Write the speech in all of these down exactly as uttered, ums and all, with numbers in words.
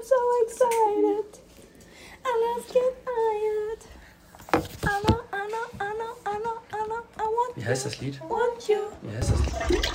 so excited. Alles gefeiert. I know, I know, I know, I know, I know, I want Wie heißt das Lied? want you. Wie heißt das Lied?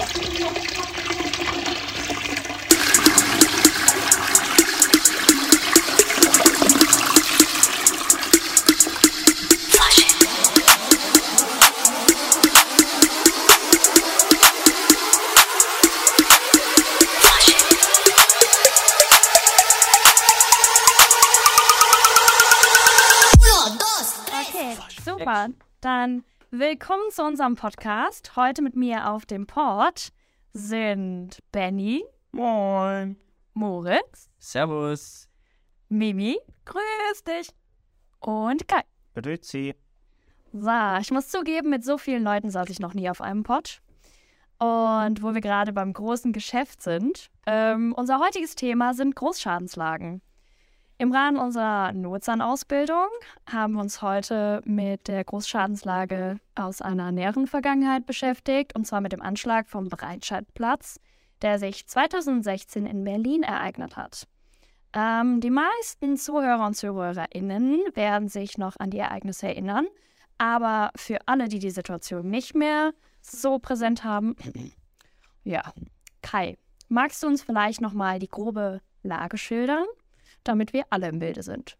Okay, super. Dann willkommen zu unserem Podcast. Heute mit mir auf dem Pod sind Benny, Moin. Moritz, Servus. Mimi, grüß dich, und Kai. Grüezi. So, ich muss zugeben, mit so vielen Leuten saß ich noch nie auf einem Pod. Und wo wir gerade beim großen Geschäft sind, ähm, unser heutiges Thema sind Großschadenslagen. Im Rahmen unserer Notsan-Ausbildung haben wir uns heute mit der Großschadenslage aus einer näheren Vergangenheit beschäftigt, und zwar mit dem Anschlag vom Breitscheidplatz, der sich zweitausendsechzehn in Berlin ereignet hat. Ähm, die meisten Zuhörer und ZuhörerInnen werden sich noch an die Ereignisse erinnern, aber für alle, die die Situation nicht mehr so präsent haben, ja, Kai, magst du uns vielleicht nochmal die grobe Lage schildern, damit wir alle im Bilde sind?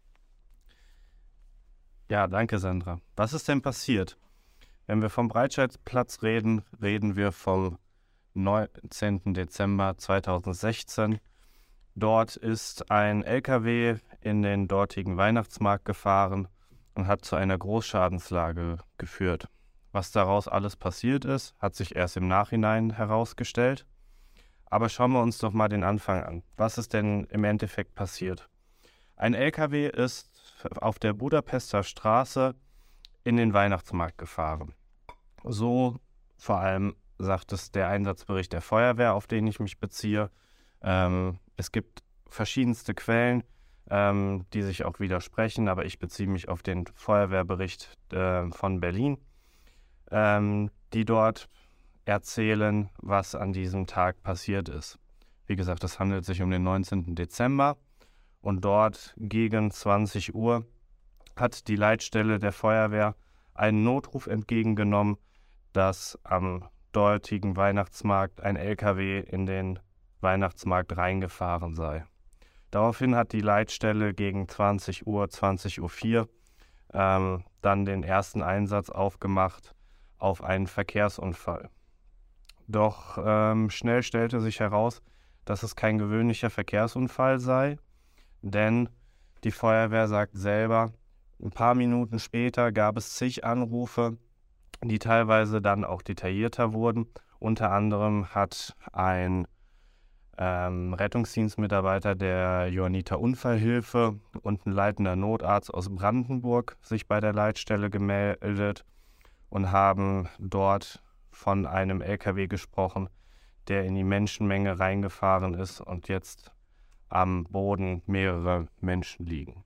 Ja, danke Sandra. Was ist denn passiert? Wenn wir vom Breitscheidplatz reden, reden wir vom neunzehnten Dezember zweitausendsechzehn. Dort ist ein L K W in den dortigen Weihnachtsmarkt gefahren und hat zu einer Großschadenslage geführt. Was daraus alles passiert ist, hat sich erst im Nachhinein herausgestellt. Aber schauen wir uns doch mal den Anfang an. Was ist denn im Endeffekt passiert? Ein L K W ist auf der Budapester Straße in den Weihnachtsmarkt gefahren. So vor allem sagt es der Einsatzbericht der Feuerwehr, auf den ich mich beziehe. Ähm, es gibt verschiedenste Quellen, ähm, die sich auch widersprechen, aber ich beziehe mich auf den Feuerwehrbericht äh, von Berlin, ähm, die dort erzählen, was an diesem Tag passiert ist. Wie gesagt, es handelt sich um den neunzehnten Dezember und dort gegen zwanzig Uhr hat die Leitstelle der Feuerwehr einen Notruf entgegengenommen, dass am dortigen Weihnachtsmarkt ein L K W in den Weihnachtsmarkt reingefahren sei. Daraufhin hat die Leitstelle gegen zwanzig Uhr, zwanzig Uhr vier ähm, dann den ersten Einsatz aufgemacht auf einen Verkehrsunfall. Doch ähm, schnell stellte sich heraus, dass es kein gewöhnlicher Verkehrsunfall sei, denn die Feuerwehr sagt selber, ein paar Minuten später gab es zig Anrufe, die teilweise dann auch detaillierter wurden. Unter anderem hat ein ähm, Rettungsdienstmitarbeiter der Johanniter Unfallhilfe und ein leitender Notarzt aus Brandenburg sich bei der Leitstelle gemeldet und haben dort von einem L K W gesprochen, der in die Menschenmenge reingefahren ist und jetzt am Boden mehrere Menschen liegen.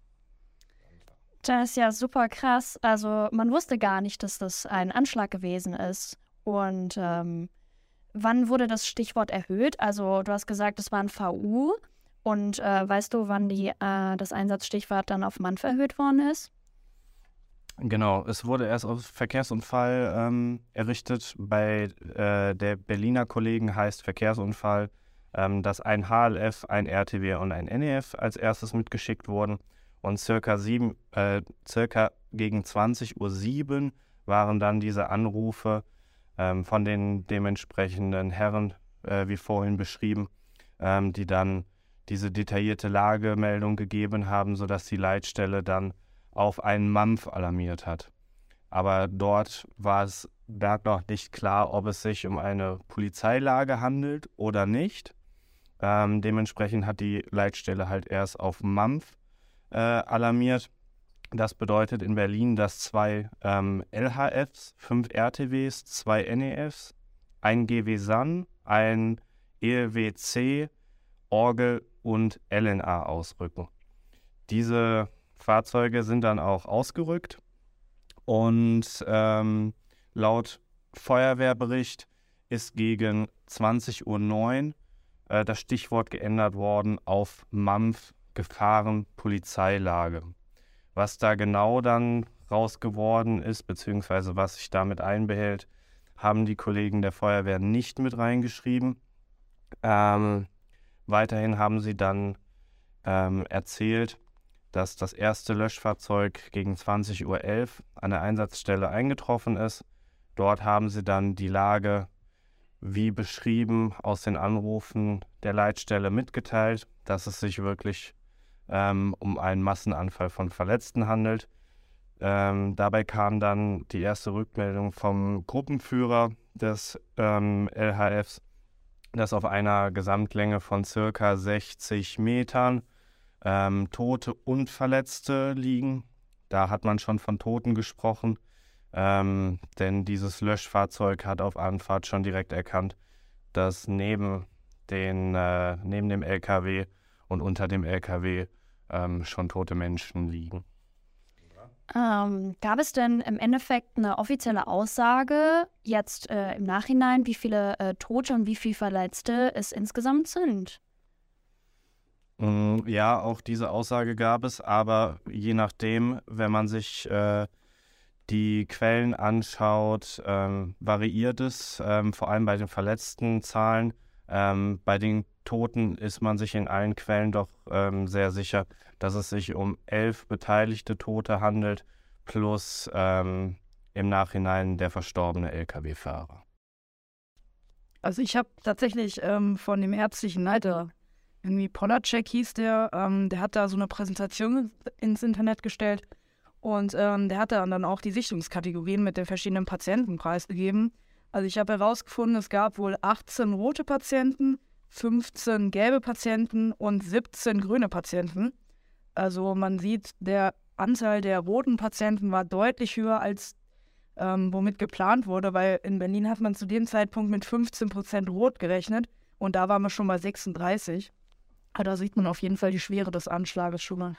Das ist ja super krass. Also man wusste gar nicht, dass das ein Anschlag gewesen ist. Und ähm, wann wurde das Stichwort erhöht? Also du hast gesagt, es war ein V U. Und äh, weißt du, wann die, äh, das Einsatzstichwort dann auf M A N F erhöht worden ist? Genau, es wurde erst auf Verkehrsunfall ähm, errichtet. Bei äh, der Berliner Kollegen heißt Verkehrsunfall, ähm, dass ein H L F, ein R T W und ein N E F als erstes mitgeschickt wurden. Und circa, sieben, äh, circa gegen zwanzig Uhr sieben waren dann diese Anrufe ähm, von den dementsprechenden Herren, äh, wie vorhin beschrieben, ähm, die dann diese detaillierte Lagemeldung gegeben haben, sodass die Leitstelle dann auf einen M A M F alarmiert hat. Aber dort war es da noch nicht klar, ob es sich um eine Polizeilage handelt oder nicht. Ähm, dementsprechend hat die Leitstelle halt erst auf M A M F äh, alarmiert. Das bedeutet in Berlin, dass zwei ähm, L H Fs, fünf R T Ws, zwei N E Fs, ein G W S A N, ein E L W C, Orgel und L N A ausrücken. Diese Fahrzeuge sind dann auch ausgerückt und ähm, laut Feuerwehrbericht ist gegen zwanzig Uhr neun äh, das Stichwort geändert worden auf Mampf, Gefahren, Polizeilage. Was da genau dann raus geworden ist, beziehungsweise was sich damit einbehält, haben die Kollegen der Feuerwehr nicht mit reingeschrieben. Ähm, weiterhin haben sie dann ähm, erzählt, dass das erste Löschfahrzeug gegen zwanzig Uhr elf an der Einsatzstelle eingetroffen ist. Dort haben sie dann die Lage, wie beschrieben, aus den Anrufen der Leitstelle mitgeteilt, dass es sich wirklich ähm, um einen Massenanfall von Verletzten handelt. Ähm, dabei kam dann die erste Rückmeldung vom Gruppenführer des ähm, L H Fs, dass auf einer Gesamtlänge von circa sechzig Metern ähm, Tote und Verletzte liegen. Da hat man schon von Toten gesprochen, ähm, denn dieses Löschfahrzeug hat auf Anfahrt schon direkt erkannt, dass neben, den, äh, neben dem L K W und unter dem L K W ähm, schon tote Menschen liegen. Ähm, gab es denn im Endeffekt eine offizielle Aussage jetzt äh, im Nachhinein, wie viele äh, Tote und wie viele Verletzte es insgesamt sind? Mm, Ja, auch diese Aussage gab es, aber je nachdem, wenn man sich äh, die Quellen anschaut, ähm, variiert es, ähm, vor allem bei den verletzten Zahlen. Ähm, bei den Toten ist man sich in allen Quellen doch ähm, sehr sicher, dass es sich um elf beteiligte Tote handelt, plus ähm, im Nachhinein der verstorbene L K W-Fahrer. Also ich habe tatsächlich ähm, von dem ärztlichen Leiter, irgendwie Polacek hieß der, ähm, der hat da so eine Präsentation ins Internet gestellt und ähm, der hat da dann auch die Sichtungskategorien mit den verschiedenen Patienten preisgegeben. Also ich habe herausgefunden, es gab wohl achtzehn rote Patienten, fünfzehn gelbe Patienten und siebzehn grüne Patienten. Also man sieht, der Anteil der roten Patienten war deutlich höher, als ähm, womit geplant wurde, weil in Berlin hat man zu dem Zeitpunkt mit fünfzehn Prozent rot gerechnet und da waren wir schon bei sechsunddreißig. Aber da sieht man auf jeden Fall die Schwere des Anschlages schon mal.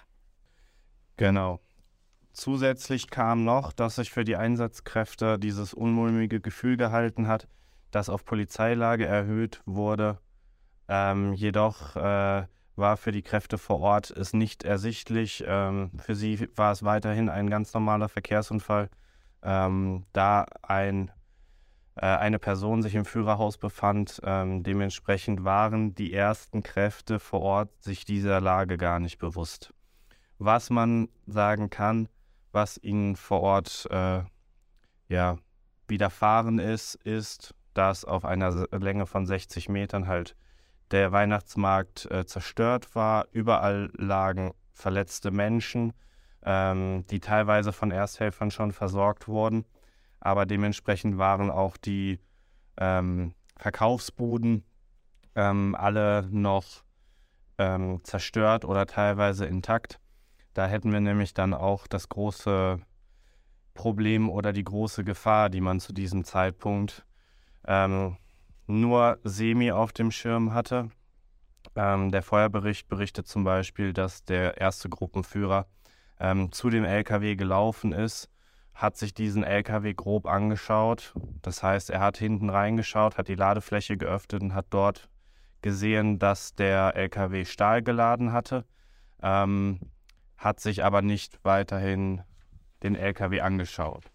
Genau. Zusätzlich kam noch, dass sich für die Einsatzkräfte dieses unmulmige Gefühl gehalten hat, dass auf Polizeilage erhöht wurde. Ähm, jedoch äh, war für die Kräfte vor Ort es nicht ersichtlich. Ähm, für sie war es weiterhin ein ganz normaler Verkehrsunfall, ähm, da ein, äh, eine Person sich im Führerhaus befand. Ähm, dementsprechend waren die ersten Kräfte vor Ort sich dieser Lage gar nicht bewusst. Was man sagen kann, was ihnen vor Ort äh, ja, widerfahren ist, ist, dass auf einer Länge von sechzig Metern halt der Weihnachtsmarkt äh, zerstört war. Überall lagen verletzte Menschen, ähm, die teilweise von Ersthelfern schon versorgt wurden. Aber dementsprechend waren auch die ähm, Verkaufsbuden ähm, alle noch ähm, zerstört oder teilweise intakt. Da hätten wir nämlich dann auch das große Problem oder die große Gefahr, die man zu diesem Zeitpunkt ähm, nur semi auf dem Schirm hatte. Ähm, der Feuerbericht berichtet zum Beispiel, dass der erste Gruppenführer ähm, zu dem L K W gelaufen ist, hat sich diesen L K W grob angeschaut. Das heißt, er hat hinten reingeschaut, hat die Ladefläche geöffnet und hat dort gesehen, dass der L K W Stahl geladen hatte. Ähm, hat sich aber nicht weiterhin den L K W angeschaut.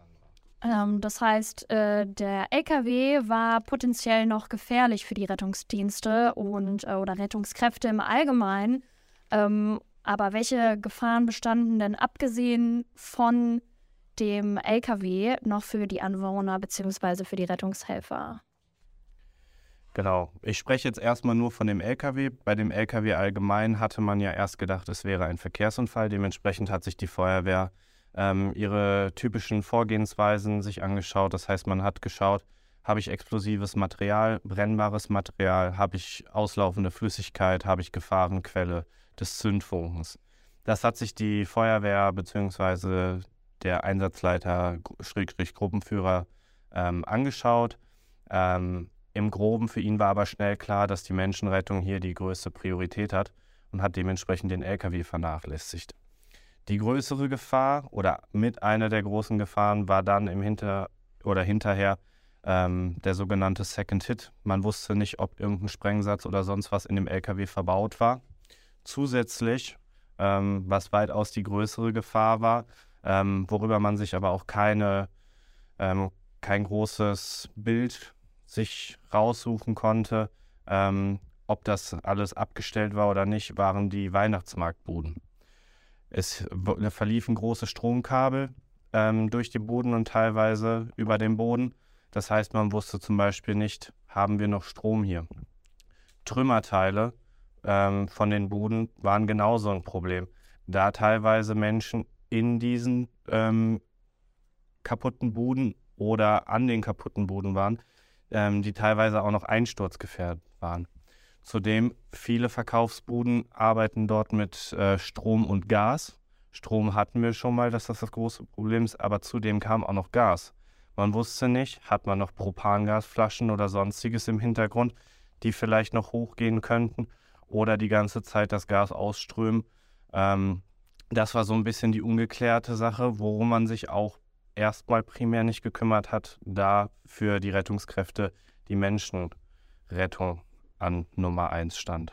Ähm, das heißt, äh, der L K W war potenziell noch gefährlich für die Rettungsdienste und äh, oder Rettungskräfte im Allgemeinen. Ähm, aber welche Gefahren bestanden denn abgesehen von dem L K W noch für die Anwohner bzw. für die Rettungshelfer? Genau. Ich spreche jetzt erstmal nur von dem L K W. Bei dem L K W allgemein hatte man ja erst gedacht, es wäre ein Verkehrsunfall. Dementsprechend hat sich die Feuerwehr ähm, ihre typischen Vorgehensweisen sich angeschaut. Das heißt, man hat geschaut, habe ich explosives Material, brennbares Material, habe ich auslaufende Flüssigkeit, habe ich Gefahrenquelle des Zündfunkens. Das hat sich die Feuerwehr bzw. der Einsatzleiter, Schrägstrich Gruppenführer, ähm, angeschaut. Ähm, Im Groben für ihn war aber schnell klar, dass die Menschenrettung hier die größte Priorität hat und hat dementsprechend den L K W vernachlässigt. Die größere Gefahr oder mit einer der großen Gefahren war dann im Hinter- oder hinterher, ähm, der sogenannte Second Hit. Man wusste nicht, ob irgendein Sprengsatz oder sonst was in dem L K W verbaut war. Zusätzlich, ähm, was weitaus die größere Gefahr war, ähm, worüber man sich aber auch keine, ähm, kein großes Bild sich raussuchen konnte, ähm, ob das alles abgestellt war oder nicht, waren die Weihnachtsmarktbuden. Es w- verliefen große Stromkabel ähm, durch die Buden und teilweise über den Boden. Das heißt, man wusste zum Beispiel nicht, haben wir noch Strom hier. Trümmerteile ähm, von den Buden waren genauso ein Problem, da teilweise Menschen in diesen ähm, kaputten Buden oder an den kaputten Buden waren, ähm, die teilweise auch noch einsturzgefährdet waren. Zudem, viele Verkaufsbuden arbeiten dort mit äh, Strom und Gas. Strom hatten wir schon mal, dass das das große Problem ist, aber zudem kam auch noch Gas. Man wusste nicht, hat man noch Propangasflaschen oder sonstiges im Hintergrund, die vielleicht noch hochgehen könnten oder die ganze Zeit das Gas ausströmen. Ähm, das war so ein bisschen die ungeklärte Sache, worum man sich auch erstmal primär nicht gekümmert hat, da für die Rettungskräfte die Menschenrettung an Nummer eins stand.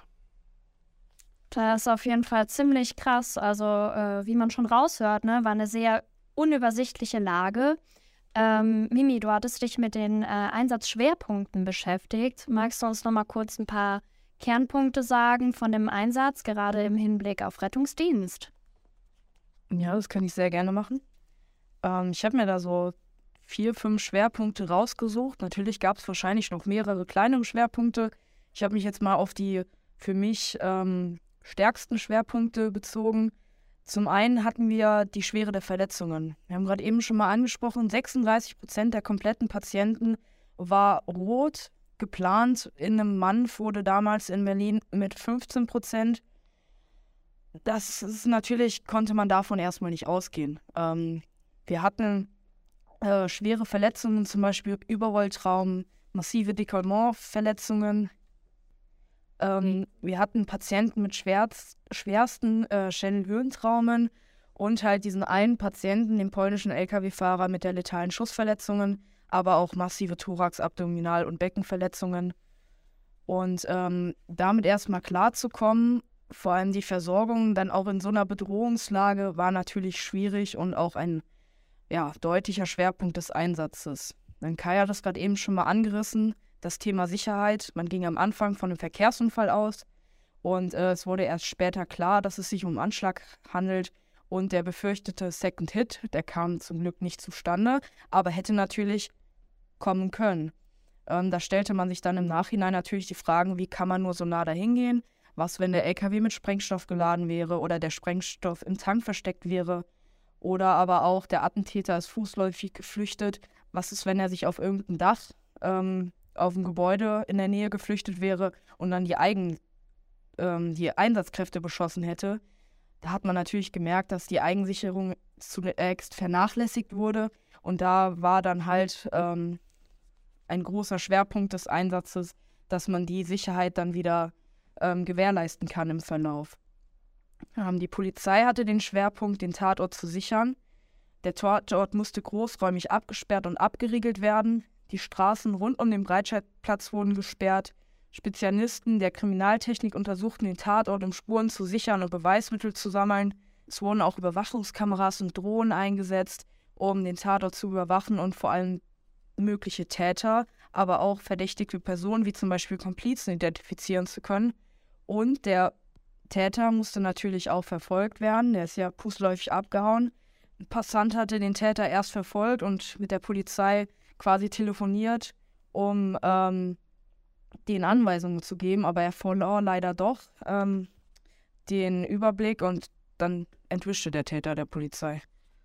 Das ist auf jeden Fall ziemlich krass. Also, äh, wie man schon raushört, ne, war eine sehr unübersichtliche Lage. Ähm, Mimi, du hattest dich mit den äh, Einsatzschwerpunkten beschäftigt. Magst du uns noch mal kurz ein paar Kernpunkte sagen von dem Einsatz, gerade im Hinblick auf Rettungsdienst? Ja, das kann ich sehr gerne machen. Ähm, ich habe mir da so vier, fünf Schwerpunkte rausgesucht. Natürlich gab es wahrscheinlich noch mehrere kleinere Schwerpunkte. Ich habe mich jetzt mal auf die für mich ähm, stärksten Schwerpunkte bezogen. Zum einen hatten wir die Schwere der Verletzungen. Wir haben gerade eben schon mal angesprochen, sechsunddreißig Prozent der kompletten Patienten war rot. Geplant in einem Mann wurde damals in Berlin mit fünfzehn Prozent. Das ist natürlich, konnte man davon erstmal nicht ausgehen. Ähm, wir hatten äh, schwere Verletzungen, zum Beispiel Überrolltraumen, massive Dekollementverletzungen. Ähm, wir hatten Patienten mit schwerst, schwersten äh, Schädelhöhentraumen und halt diesen einen Patienten, den polnischen L K W-Fahrer mit der letalen Schussverletzungen, aber auch massive Thorax-, Abdominal- und Beckenverletzungen. Und ähm, damit erstmal klarzukommen, vor allem die Versorgung dann auch in so einer Bedrohungslage, war natürlich schwierig und auch ein ja, deutlicher Schwerpunkt des Einsatzes. Dann Kai hat das gerade eben schon mal angerissen, das Thema Sicherheit. Man ging am Anfang von einem Verkehrsunfall aus und äh, es wurde erst später klar, dass es sich um Anschlag handelt und der befürchtete Second Hit, der kam zum Glück nicht zustande, aber hätte natürlich kommen können. Ähm, da stellte man sich dann im Nachhinein natürlich die Fragen, wie kann man nur so nah dahin gehen? Was, wenn der L K W mit Sprengstoff geladen wäre oder der Sprengstoff im Tank versteckt wäre? Oder aber auch der Attentäter ist fußläufig geflüchtet. Was ist, wenn er sich auf irgendein Dach ähm, auf ein Gebäude in der Nähe geflüchtet wäre und dann die, Eigen, ähm, die Einsatzkräfte beschossen hätte? Da hat man natürlich gemerkt, dass die Eigensicherung zunächst vernachlässigt wurde. Und da war dann halt ähm, ein großer Schwerpunkt des Einsatzes, dass man die Sicherheit dann wieder ähm, gewährleisten kann im Verlauf. Ähm, die Polizei hatte den Schwerpunkt, den Tatort zu sichern. Der Tatort musste großräumig abgesperrt und abgeriegelt werden. Die Straßen rund um den Breitscheidplatz wurden gesperrt. Spezialisten der Kriminaltechnik untersuchten den Tatort, um Spuren zu sichern und Beweismittel zu sammeln. Es wurden auch Überwachungskameras und Drohnen eingesetzt, um den Tatort zu überwachen und vor allem mögliche Täter, aber auch verdächtige Personen wie zum Beispiel Komplizen identifizieren zu können. Und der Täter musste natürlich auch verfolgt werden. Der ist ja fußläufig abgehauen. Ein Passant hatte den Täter erst verfolgt und mit der Polizei quasi telefoniert, um ähm, den Anweisungen zu geben, aber er verlor leider doch ähm, den Überblick und dann entwischte der Täter der Polizei.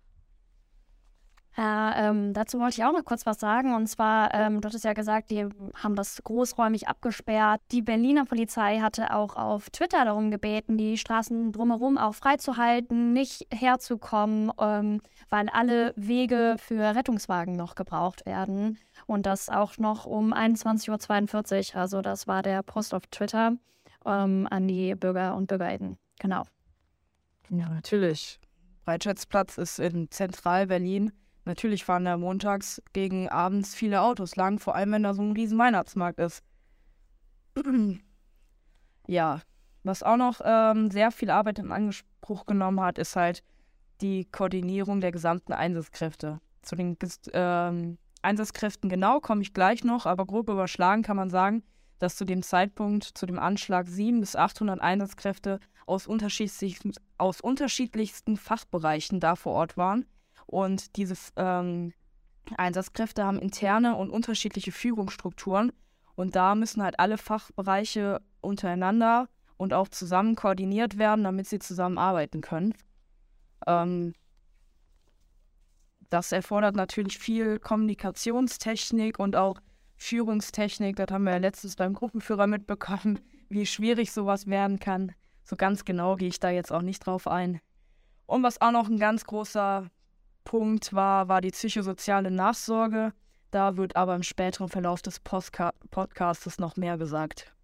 Ja, ähm, dazu wollte ich auch noch kurz was sagen. Und zwar, ähm, du hattest ja gesagt, die haben das großräumig abgesperrt. Die Berliner Polizei hatte auch auf Twitter darum gebeten, die Straßen drumherum auch freizuhalten, nicht herzukommen, ähm, weil alle Wege für Rettungswagen noch gebraucht werden. Und das auch noch um einundzwanzig Uhr zweiundvierzig. Also das war der Post auf Twitter ähm, an die Bürger und Bürgerinnen. Genau. Ja, natürlich. Breitscheidplatz ist in Zentral-Berlin natürlich fahren da montags gegen abends viele Autos lang, vor allem wenn da so ein riesen Weihnachtsmarkt ist. Ja, was auch noch ähm, sehr viel Arbeit in Anspruch genommen hat, ist halt die Koordinierung der gesamten Einsatzkräfte. Zu den ähm, Einsatzkräften genau komme ich gleich noch, aber grob überschlagen kann man sagen, dass zu dem Zeitpunkt, zu dem Anschlag siebenhundert bis achthundert Einsatzkräfte aus unterschiedlichsten, aus unterschiedlichsten Fachbereichen da vor Ort waren. Und diese ähm, Einsatzkräfte haben interne und unterschiedliche Führungsstrukturen. Und da müssen halt alle Fachbereiche untereinander und auch zusammen koordiniert werden, damit sie zusammenarbeiten können. Ähm, das erfordert natürlich viel Kommunikationstechnik und auch Führungstechnik. Das haben wir ja letztens beim Gruppenführer mitbekommen, wie schwierig sowas werden kann. So ganz genau gehe ich da jetzt auch nicht drauf ein. Und was auch noch ein ganz großer Punkt war, war die psychosoziale Nachsorge. Da wird aber im späteren Verlauf des Postka- Podcastes noch mehr gesagt.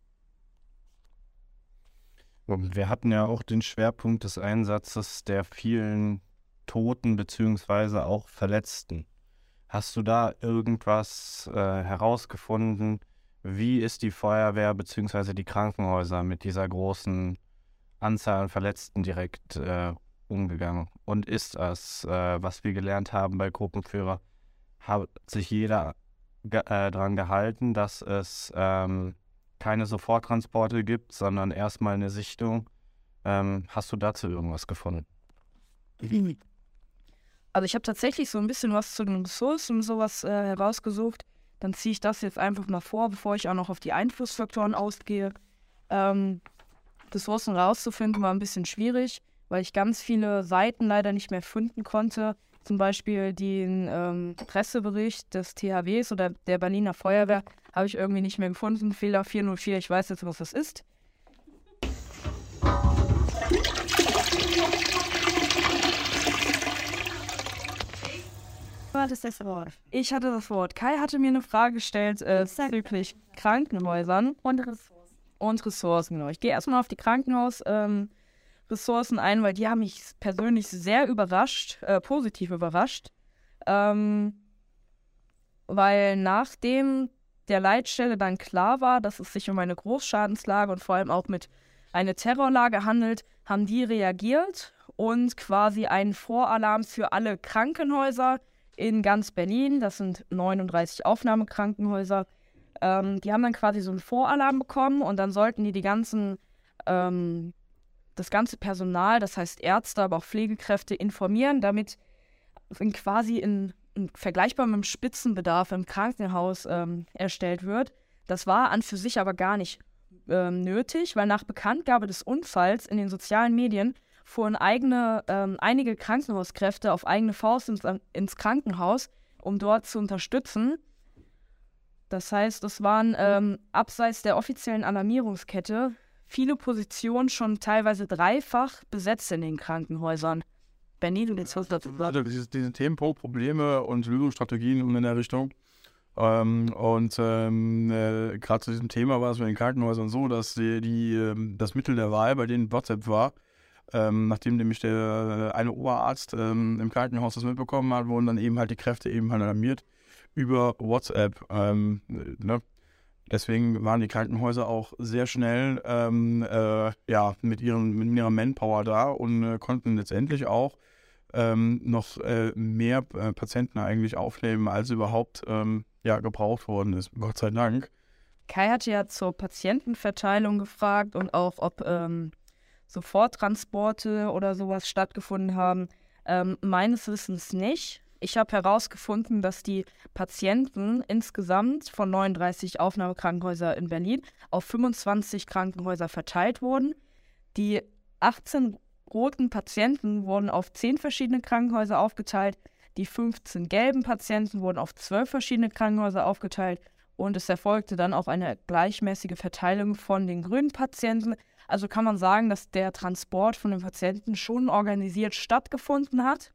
Und wir hatten ja auch den Schwerpunkt des Einsatzes der vielen Toten bzw. auch Verletzten. Hast du da irgendwas äh, herausgefunden? Wie ist die Feuerwehr bzw. die Krankenhäuser mit dieser großen Anzahl an Verletzten direkt äh, umgegangen? Und ist das, äh, was wir gelernt haben bei Gruppenführer, hat sich jeder ge- äh, daran gehalten, dass es ähm, keine Soforttransporte gibt, sondern erstmal eine Sichtung? Ähm, hast du dazu irgendwas gefunden? Also ich habe tatsächlich so ein bisschen was zu den Ressourcen und sowas äh, herausgesucht. Dann ziehe ich das jetzt einfach mal vor, bevor ich auch noch auf die Einflussfaktoren ausgehe. Ähm, Ressourcen rauszufinden war ein bisschen schwierig, weil ich ganz viele Seiten leider nicht mehr finden konnte. Zum Beispiel den ähm, Pressebericht des T H Ws oder der Berliner Feuerwehr habe ich irgendwie nicht mehr gefunden. Fehler vier null vier, ich weiß jetzt, was das ist. Was ist das Wort? Ich hatte das Wort. Kai hatte mir eine Frage gestellt äh, bezüglich Krankenhäusern Und Ressourcen. und Ressourcen. Genau. Ich gehe erstmal auf die Krankenhausressourcen ähm, ein, weil die haben mich persönlich sehr überrascht, äh, positiv überrascht. Ähm, weil nachdem der Leitstelle dann klar war, dass es sich um eine Großschadenslage und vor allem auch mit einer Terrorlage handelt, haben die reagiert und quasi einen Voralarm für alle Krankenhäuser in ganz Berlin, das sind neununddreißig Aufnahmekrankenhäuser, ähm, die haben dann quasi so einen Voralarm bekommen und dann sollten die die ganzen, ähm, das ganze Personal, das heißt Ärzte, aber auch Pflegekräfte informieren, damit in quasi in, in vergleichbar mit dem Spitzenbedarf im Krankenhaus ähm, erstellt wird. Das war an für sich aber gar nicht ähm, nötig, weil nach Bekanntgabe des Unfalls in den sozialen Medien fuhren eigene, ähm, einige Krankenhauskräfte auf eigene Faust ins, ins Krankenhaus, um dort zu unterstützen. Das heißt, es waren ähm, abseits der offiziellen Alarmierungskette viele Positionen schon teilweise dreifach besetzt in den Krankenhäusern. Benny, du willst was dazu sagen? Also diese, diese Themen, Pro- Probleme und Lösungsstrategien in der Richtung. Ähm, und ähm, äh, gerade zu diesem Thema war es mit den Krankenhäusern so, dass die, die, ähm, das Mittel der Wahl bei denen WhatsApp war. Ähm, nachdem nämlich der eine Oberarzt ähm, im Krankenhaus das mitbekommen hat, wurden dann eben halt die Kräfte eben halt alarmiert über WhatsApp. Ähm, ne? Deswegen waren die Krankenhäuser auch sehr schnell ähm, äh, ja, mit, ihren, mit ihrer Manpower da und äh, konnten letztendlich auch ähm, noch äh, mehr äh, Patienten eigentlich aufnehmen, als überhaupt ähm, ja, gebraucht worden ist. Gott sei Dank. Kai hatte ja zur Patientenverteilung gefragt und auch, ob ähm, Soforttransporte oder sowas stattgefunden haben. Ähm, meines Wissens nicht. Ich habe herausgefunden, dass die Patienten insgesamt von neununddreißig Aufnahmekrankenhäusern in Berlin auf fünfundzwanzig Krankenhäuser verteilt wurden. Die achtzehn roten Patienten wurden auf zehn verschiedene Krankenhäuser aufgeteilt. Die fünfzehn gelben Patienten wurden auf zwölf verschiedene Krankenhäuser aufgeteilt. Und es erfolgte dann auch eine gleichmäßige Verteilung von den grünen Patienten. Also kann man sagen, dass der Transport von den Patienten schon organisiert stattgefunden hat.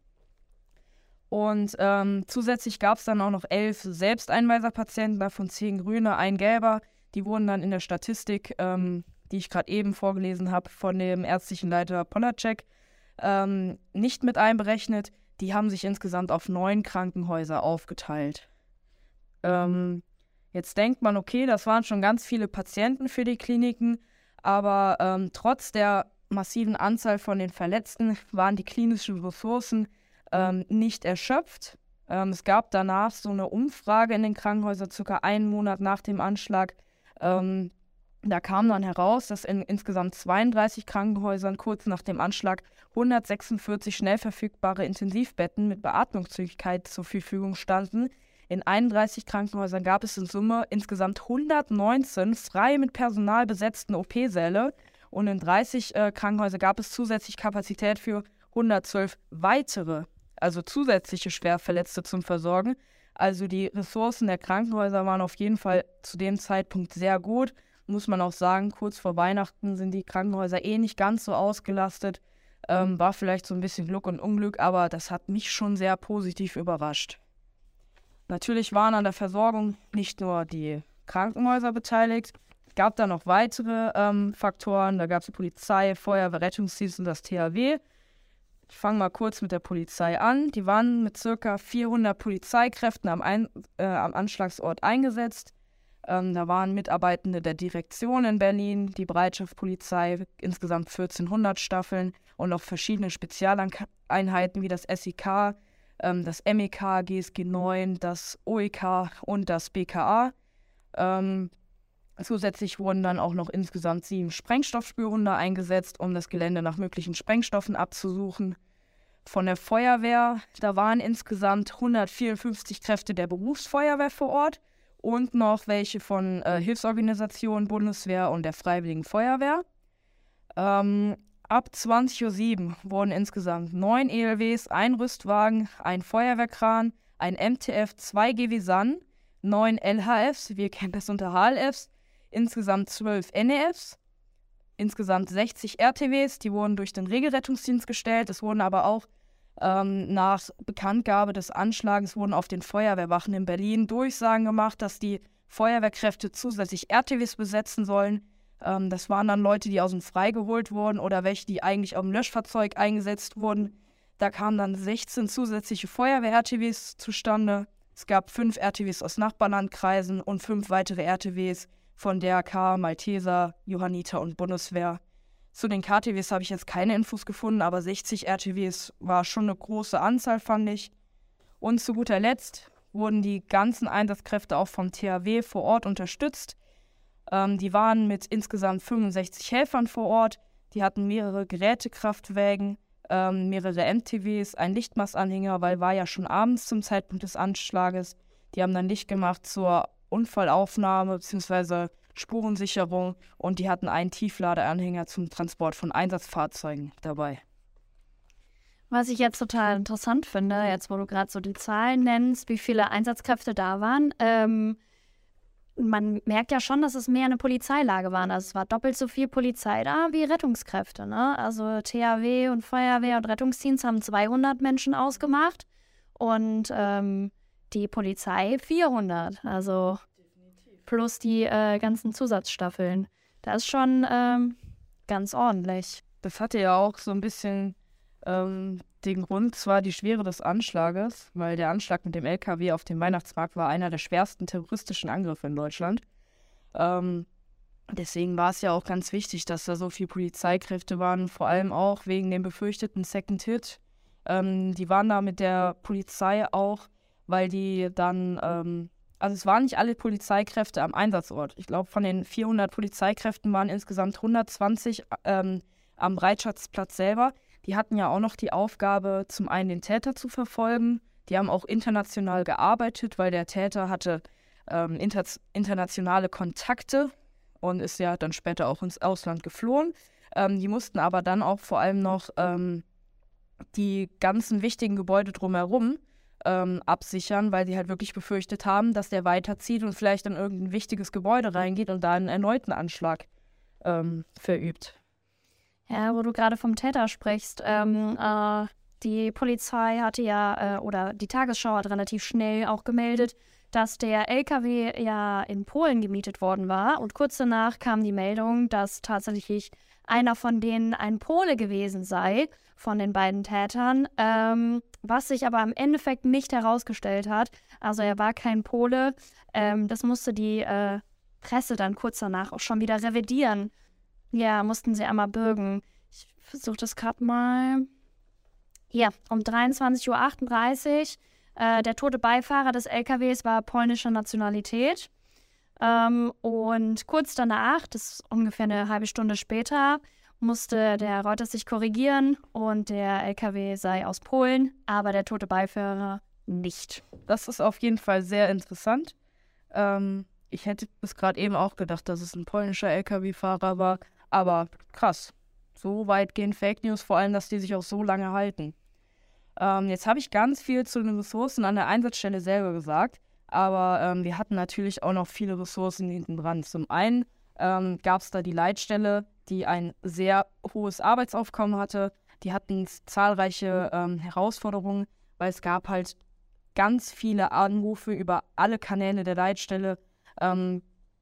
Und ähm, zusätzlich gab es dann auch noch elf Selbsteinweiserpatienten, davon zehn grüne, ein gelber. Die wurden dann in der Statistik, ähm, die ich gerade eben vorgelesen habe, von dem ärztlichen Leiter Polacek, ähm, nicht mit einberechnet. die haben sich insgesamt auf neun Krankenhäuser aufgeteilt. Ähm, jetzt denkt man, okay, das waren schon ganz viele Patienten für die Kliniken, aber ähm, trotz der massiven Anzahl von den Verletzten waren die klinischen Ressourcen ähm, nicht erschöpft. Ähm, es gab danach so eine Umfrage in den Krankenhäusern, circa einen Monat nach dem Anschlag. Ähm, da kam dann heraus, dass in insgesamt zweiunddreißig Krankenhäusern kurz nach dem Anschlag hundertsechsundvierzig schnell verfügbare Intensivbetten mit Beatmungsfähigkeit zur Verfügung standen. In einunddreißig Krankenhäusern gab es in Summe insgesamt hundertneunzehn frei mit Personal besetzten O P-Säle und in dreißig äh, Krankenhäusern gab es zusätzlich Kapazität für hundertzwölf weitere, also zusätzliche Schwerverletzte zum Versorgen. Also die Ressourcen der Krankenhäuser waren auf jeden Fall zu dem Zeitpunkt sehr gut. Muss man auch sagen, kurz vor Weihnachten sind die Krankenhäuser eh nicht ganz so ausgelastet. Ähm, war vielleicht so ein bisschen Glück und Unglück, aber das hat mich schon sehr positiv überrascht. Natürlich waren an der Versorgung nicht nur die Krankenhäuser beteiligt, es gab da noch weitere ähm, Faktoren. Da gab es die Polizei, Feuerwehr, Rettungsdienst und das T H W. Ich fange mal kurz mit der Polizei an. Die waren mit ca. vierhundert Polizeikräften am, Ein äh, am Anschlagsort eingesetzt. Ähm, da waren Mitarbeitende der Direktion in Berlin, die Bereitschaftspolizei, insgesamt vierzehnhundert Staffeln und auch verschiedene Spezialeinheiten wie das S E K, ähm, das M E K, G S G neun, das O E K und das B K A. Ähm, zusätzlich wurden dann auch noch insgesamt sieben Sprengstoffspürhunde eingesetzt, um das Gelände nach möglichen Sprengstoffen abzusuchen. Von der Feuerwehr, da waren insgesamt hundertvierundfünfzig Kräfte der Berufsfeuerwehr vor Ort und noch welche von äh, Hilfsorganisationen, Bundeswehr und der Freiwilligen Feuerwehr. Ähm, ab zwanzig Uhr sieben wurden insgesamt neun E L Ws, ein Rüstwagen, ein Feuerwehrkran, ein M T F, zwei G W S A N, neun L H Fs, wir kennen das unter H L Fs, insgesamt zwölf N E Fs, insgesamt sechzig R T Ws, die wurden durch den Regelrettungsdienst gestellt. Es wurden aber auch ähm, nach Bekanntgabe des Anschlags wurden auf den Feuerwehrwachen in Berlin Durchsagen gemacht, dass die Feuerwehrkräfte zusätzlich R T Ws besetzen sollen. Ähm, das waren dann Leute, die aus dem Frei geholt wurden oder welche, die eigentlich auf dem Löschfahrzeug eingesetzt wurden. Da kamen dann sechzehn zusätzliche Feuerwehr-R T Ws zustande. Es gab fünf R T Ws aus Nachbarlandkreisen und fünf weitere R T Ws von D R K, Malteser, Johanniter und Bundeswehr. Zu den K T Ws habe ich jetzt keine Infos gefunden, aber sechzig R T Ws war schon eine große Anzahl, fand ich. Und zu guter Letzt wurden die ganzen Einsatzkräfte auch vom T H W vor Ort unterstützt. Ähm, die waren mit insgesamt fünfundsechzig Helfern vor Ort. Die hatten mehrere Gerätekraftwägen, ähm, mehrere M T Ws, einen Lichtmastanhänger, weil war ja schon abends zum Zeitpunkt des Anschlages. Die haben dann Licht gemacht zur Unfallaufnahme bzw. Spurensicherung und die hatten einen Tiefladeanhänger zum Transport von Einsatzfahrzeugen dabei. Was ich jetzt total interessant finde, jetzt wo du gerade so die Zahlen nennst, wie viele Einsatzkräfte da waren, ähm, man merkt ja schon, dass es mehr eine Polizeilage war. Also es war doppelt so viel Polizei da wie Rettungskräfte, ne? Also T H W und Feuerwehr und Rettungsdienst haben zweihundert Menschen ausgemacht und ähm, die Polizei vierhundert, also plus die äh, ganzen Zusatzstaffeln. Das ist schon ähm, ganz ordentlich. Das hatte ja auch so ein bisschen ähm, den Grund, zwar die Schwere des Anschlages, weil der Anschlag mit dem L K W auf dem Weihnachtsmarkt war einer der schwersten terroristischen Angriffe in Deutschland. Ähm, deswegen war es ja auch ganz wichtig, dass da so viele Polizeikräfte waren, vor allem auch wegen dem befürchteten Second Hit. Ähm, die waren da mit der Polizei auch, weil die dann, ähm, also es waren nicht alle Polizeikräfte am Einsatzort. Ich glaube, von den vierhundert Polizeikräften waren insgesamt hundertzwanzig ähm, am Bereitschaftsplatz selber. Die hatten ja auch noch die Aufgabe, zum einen den Täter zu verfolgen. Die haben auch international gearbeitet, weil der Täter hatte ähm, inter internationale Kontakte und ist ja dann später auch ins Ausland geflohen. Ähm, die mussten aber dann auch vor allem noch ähm, die ganzen wichtigen Gebäude drumherum ähm, absichern, weil sie halt wirklich befürchtet haben, dass der weiterzieht und vielleicht in irgendein wichtiges Gebäude reingeht und da einen erneuten Anschlag ähm, verübt. Ja, wo du gerade vom Täter sprichst, ähm, äh, die Polizei hatte ja, äh, oder die Tagesschau hat relativ schnell auch gemeldet, dass der L K W ja in Polen gemietet worden war und kurz danach kam die Meldung, dass tatsächlich einer von denen ein Pole gewesen sei, von den beiden Tätern, ähm, was sich aber im Endeffekt nicht herausgestellt hat. Also er war kein Pole. Ähm, das musste die äh, Presse dann kurz danach auch schon wieder revidieren. Ja, mussten sie einmal bürgen. Ich versuche das gerade mal. Ja, um dreiundzwanzig Uhr achtunddreißig. Äh, der tote Beifahrer des L K Ws war polnischer Nationalität. Ähm, und kurz danach, das ist ungefähr eine halbe Stunde später, musste der Reuters sich korrigieren und der L K W sei aus Polen, aber der tote Beifahrer nicht. Das ist auf jeden Fall sehr interessant. Ähm, ich hätte bis gerade eben auch gedacht, dass es ein polnischer L K W-Fahrer war, aber krass. So weit gehen Fake News, vor allem, dass die sich auch so lange halten. Ähm, jetzt habe ich ganz viel zu den Ressourcen an der Einsatzstelle selber gesagt, aber ähm, wir hatten natürlich auch noch viele Ressourcen hinten dran. Zum einen ähm, gab es da die Leitstelle, die ein sehr hohes Arbeitsaufkommen hatte. Die hatten zahlreiche ähm, Herausforderungen, weil es gab halt ganz viele Anrufe über alle Kanäle der Leitstelle. Ähm,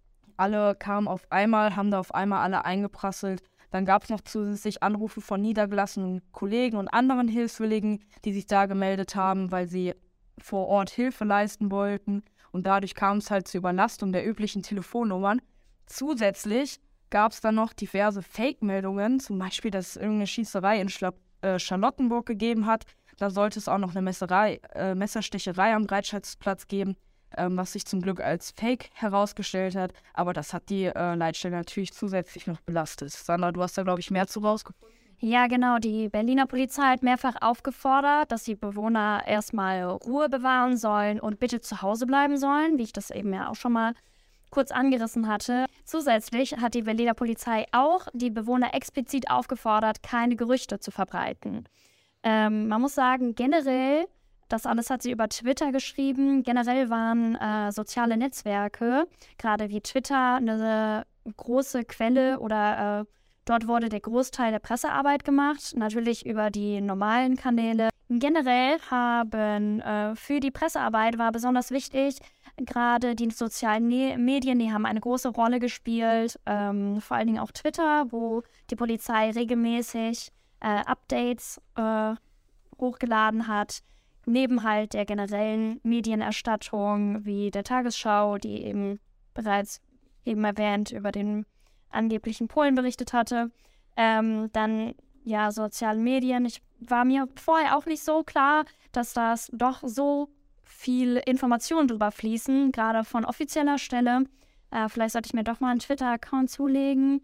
alle kamen auf einmal, haben da auf einmal alle eingeprasselt. Dann gab es noch zusätzlich Anrufe von niedergelassenen Kollegen und anderen Hilfswilligen, die sich da gemeldet haben, weil sie vor Ort Hilfe leisten wollten. Und dadurch kam es halt zur Überlastung der üblichen Telefonnummern. Zusätzlich gab es dann noch diverse Fake-Meldungen, zum Beispiel, dass es irgendeine Schießerei in Schla- äh, Charlottenburg gegeben hat. Da sollte es auch noch eine Messerei, äh, Messerstecherei am Breitscheidplatz geben, ähm, was sich zum Glück als Fake herausgestellt hat. Aber das hat die äh, Leitstelle natürlich zusätzlich noch belastet. Sandra, du hast da, glaube ich, mehr zu rausgefunden. Ja, genau. Die Berliner Polizei hat mehrfach aufgefordert, dass die Bewohner erstmal Ruhe bewahren sollen und bitte zu Hause bleiben sollen, wie ich das eben ja auch schon mal kurz angerissen hatte. Zusätzlich hat die Berliner Polizei auch die Bewohner explizit aufgefordert, keine Gerüchte zu verbreiten. Ähm, man muss sagen, generell, das alles hat sie über Twitter geschrieben, generell waren äh, soziale Netzwerke, gerade wie Twitter, eine große Quelle oder äh, dort wurde der Großteil der Pressearbeit gemacht, natürlich über die normalen Kanäle. Generell haben äh, für die Pressearbeit war besonders wichtig, gerade die sozialen ne- Medien, die haben eine große Rolle gespielt, ähm, vor allen Dingen auch Twitter, wo die Polizei regelmäßig äh, Updates äh, hochgeladen hat, neben halt der generellen Medienerstattung wie der Tagesschau, die eben bereits eben erwähnt über den angeblichen Polen berichtet hatte. Ähm, dann, ja, soziale Medien. Ich war mir vorher auch nicht so klar, dass das doch so viel Informationen drüber fließen, gerade von offizieller Stelle. Äh, vielleicht sollte ich mir doch mal einen Twitter-Account zulegen.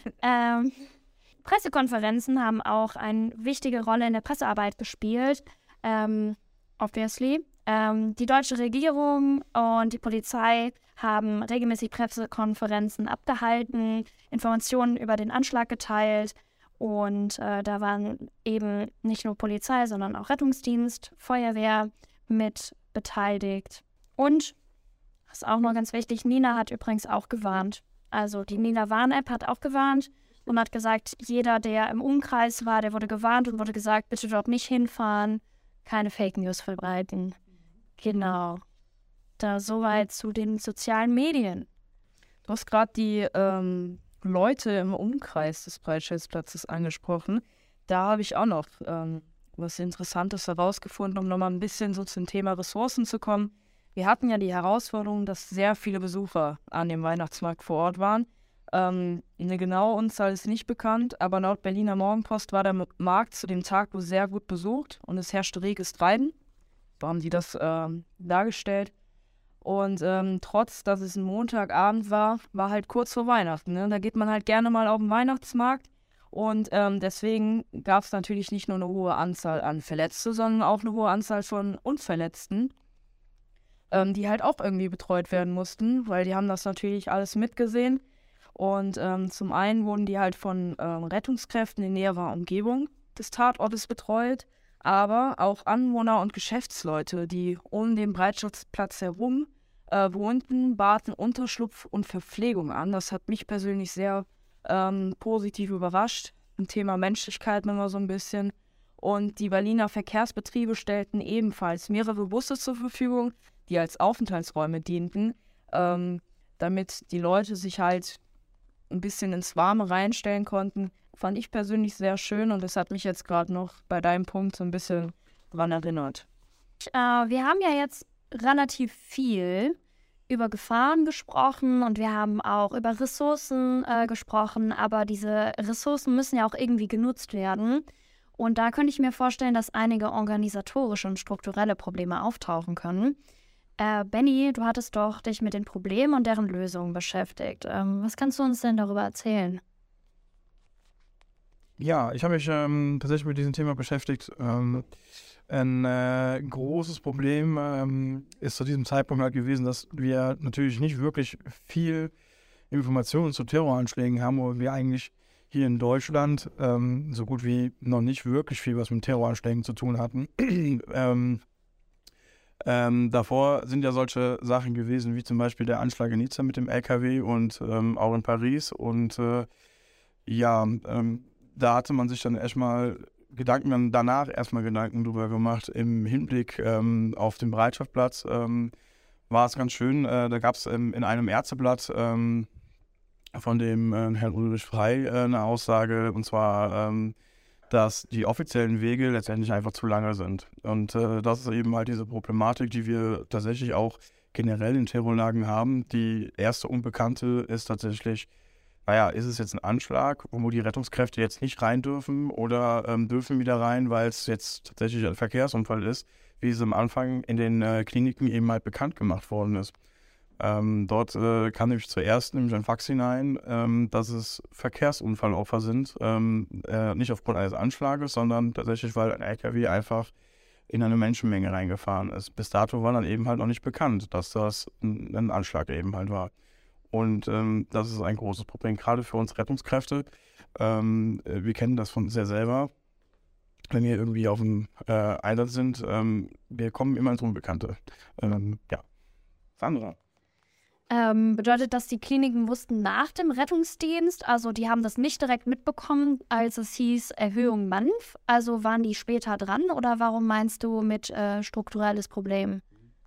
ähm, Pressekonferenzen haben auch eine wichtige Rolle in der Pressearbeit gespielt. Ähm, obviously. Ähm, die deutsche Regierung und die Polizei haben regelmäßig Pressekonferenzen abgehalten, Informationen über den Anschlag geteilt und äh, da waren eben nicht nur Polizei, sondern auch Rettungsdienst, Feuerwehr mit beteiligt. Und, was auch noch ganz wichtig, Nina hat übrigens auch gewarnt. Also die Nina-Warn-App hat auch gewarnt und hat gesagt, jeder, der im Umkreis war, der wurde gewarnt und wurde gesagt, bitte dort nicht hinfahren, keine Fake News verbreiten. Genau. Da soweit zu den sozialen Medien. Du hast gerade die ähm, Leute im Umkreis des Breitscheidplatzes angesprochen. Da habe ich auch noch ähm, was Interessantes herausgefunden, um nochmal ein bisschen so zum Thema Ressourcen zu kommen. Wir hatten ja die Herausforderung, dass sehr viele Besucher an dem Weihnachtsmarkt vor Ort waren. Ähm, eine genaue Unzahl ist nicht bekannt, aber laut Berliner Morgenpost war der Markt zu dem Tag wohl sehr gut besucht und es herrschte reges Treiben. So haben die das ähm, dargestellt. Und ähm, trotz, dass es ein Montagabend war, war halt kurz vor Weihnachten. Ne? Da geht man halt gerne mal auf den Weihnachtsmarkt. Und ähm, deswegen gab es natürlich nicht nur eine hohe Anzahl an Verletzten, sondern auch eine hohe Anzahl von Unverletzten, ähm, die halt auch irgendwie betreut werden mussten, weil die haben das natürlich alles mitgesehen. Und ähm, zum einen wurden die halt von ähm, Rettungskräften in näherer Umgebung des Tatortes betreut, aber auch Anwohner und Geschäftsleute, die um den Breitscheidplatz herum äh, wohnten, baten Unterschlupf und Verpflegung an. Das hat mich persönlich sehr ähm, positiv überrascht. Ein Thema Menschlichkeit immer so ein bisschen. Und die Berliner Verkehrsbetriebe stellten ebenfalls mehrere Busse zur Verfügung, die als Aufenthaltsräume dienten, ähm, damit die Leute sich halt ein bisschen ins Warme reinstellen konnten, fand ich persönlich sehr schön und das hat mich jetzt gerade noch bei deinem Punkt so ein bisschen dran erinnert. Äh, wir haben ja jetzt relativ viel über Gefahren gesprochen und wir haben auch über Ressourcen äh, gesprochen, aber diese Ressourcen müssen ja auch irgendwie genutzt werden. Und da könnte ich mir vorstellen, dass einige organisatorische und strukturelle Probleme auftauchen können. Äh, Benny, du hattest doch dich mit den Problemen und deren Lösungen beschäftigt. Ähm, was kannst du uns denn darüber erzählen? Ja, ich habe mich ähm, tatsächlich mit diesem Thema beschäftigt. Ähm, ein äh, großes Problem ähm, ist zu diesem Zeitpunkt halt gewesen, dass wir natürlich nicht wirklich viel Informationen zu Terroranschlägen haben, wo wir eigentlich hier in Deutschland ähm, so gut wie noch nicht wirklich viel was mit Terroranschlägen zu tun hatten. ähm, ähm, davor sind ja solche Sachen gewesen, wie zum Beispiel der Anschlag in Nizza mit dem L K W und ähm, auch in Paris. Und äh, ja, ähm, da hatte man sich dann erstmal Gedanken, dann danach erstmal Gedanken drüber gemacht. Im Hinblick ähm, auf den Bereitschaftsplatz ähm, war es ganz schön. Äh, da gab es ähm, in einem Ärzteblatt ähm, von dem äh, Herrn Ulrich Frey äh, eine Aussage, und zwar, ähm, dass die offiziellen Wege letztendlich einfach zu lange sind. Und äh, das ist eben halt diese Problematik, die wir tatsächlich auch generell in Terrorlagen haben. Die erste Unbekannte ist tatsächlich, naja, ist es jetzt ein Anschlag, wo die Rettungskräfte jetzt nicht rein dürfen oder ähm, dürfen wieder rein, weil es jetzt tatsächlich ein Verkehrsunfall ist, wie es am Anfang in den äh, Kliniken eben halt bekannt gemacht worden ist. Ähm, dort äh, kam nämlich zuerst nämlich ein Fax hinein, ähm, dass es Verkehrsunfallopfer sind, ähm, äh, nicht aufgrund eines Anschlages, sondern tatsächlich, weil ein L K W einfach in eine Menschenmenge reingefahren ist. Bis dato war dann eben halt noch nicht bekannt, dass das ein, ein Anschlag eben halt war. Und ähm, das ist ein großes Problem, gerade für uns Rettungskräfte. Ähm, wir kennen das von sehr selber. Wenn wir irgendwie auf dem äh, Einsatz sind, ähm, wir kommen immer ins Unbekannte. Ähm, ja. Sandra. Ähm, bedeutet das, die Kliniken wussten nach dem Rettungsdienst, also die haben das nicht direkt mitbekommen, als es hieß Erhöhung M A N F? Also waren die später dran oder warum meinst du mit äh, strukturelles Problem?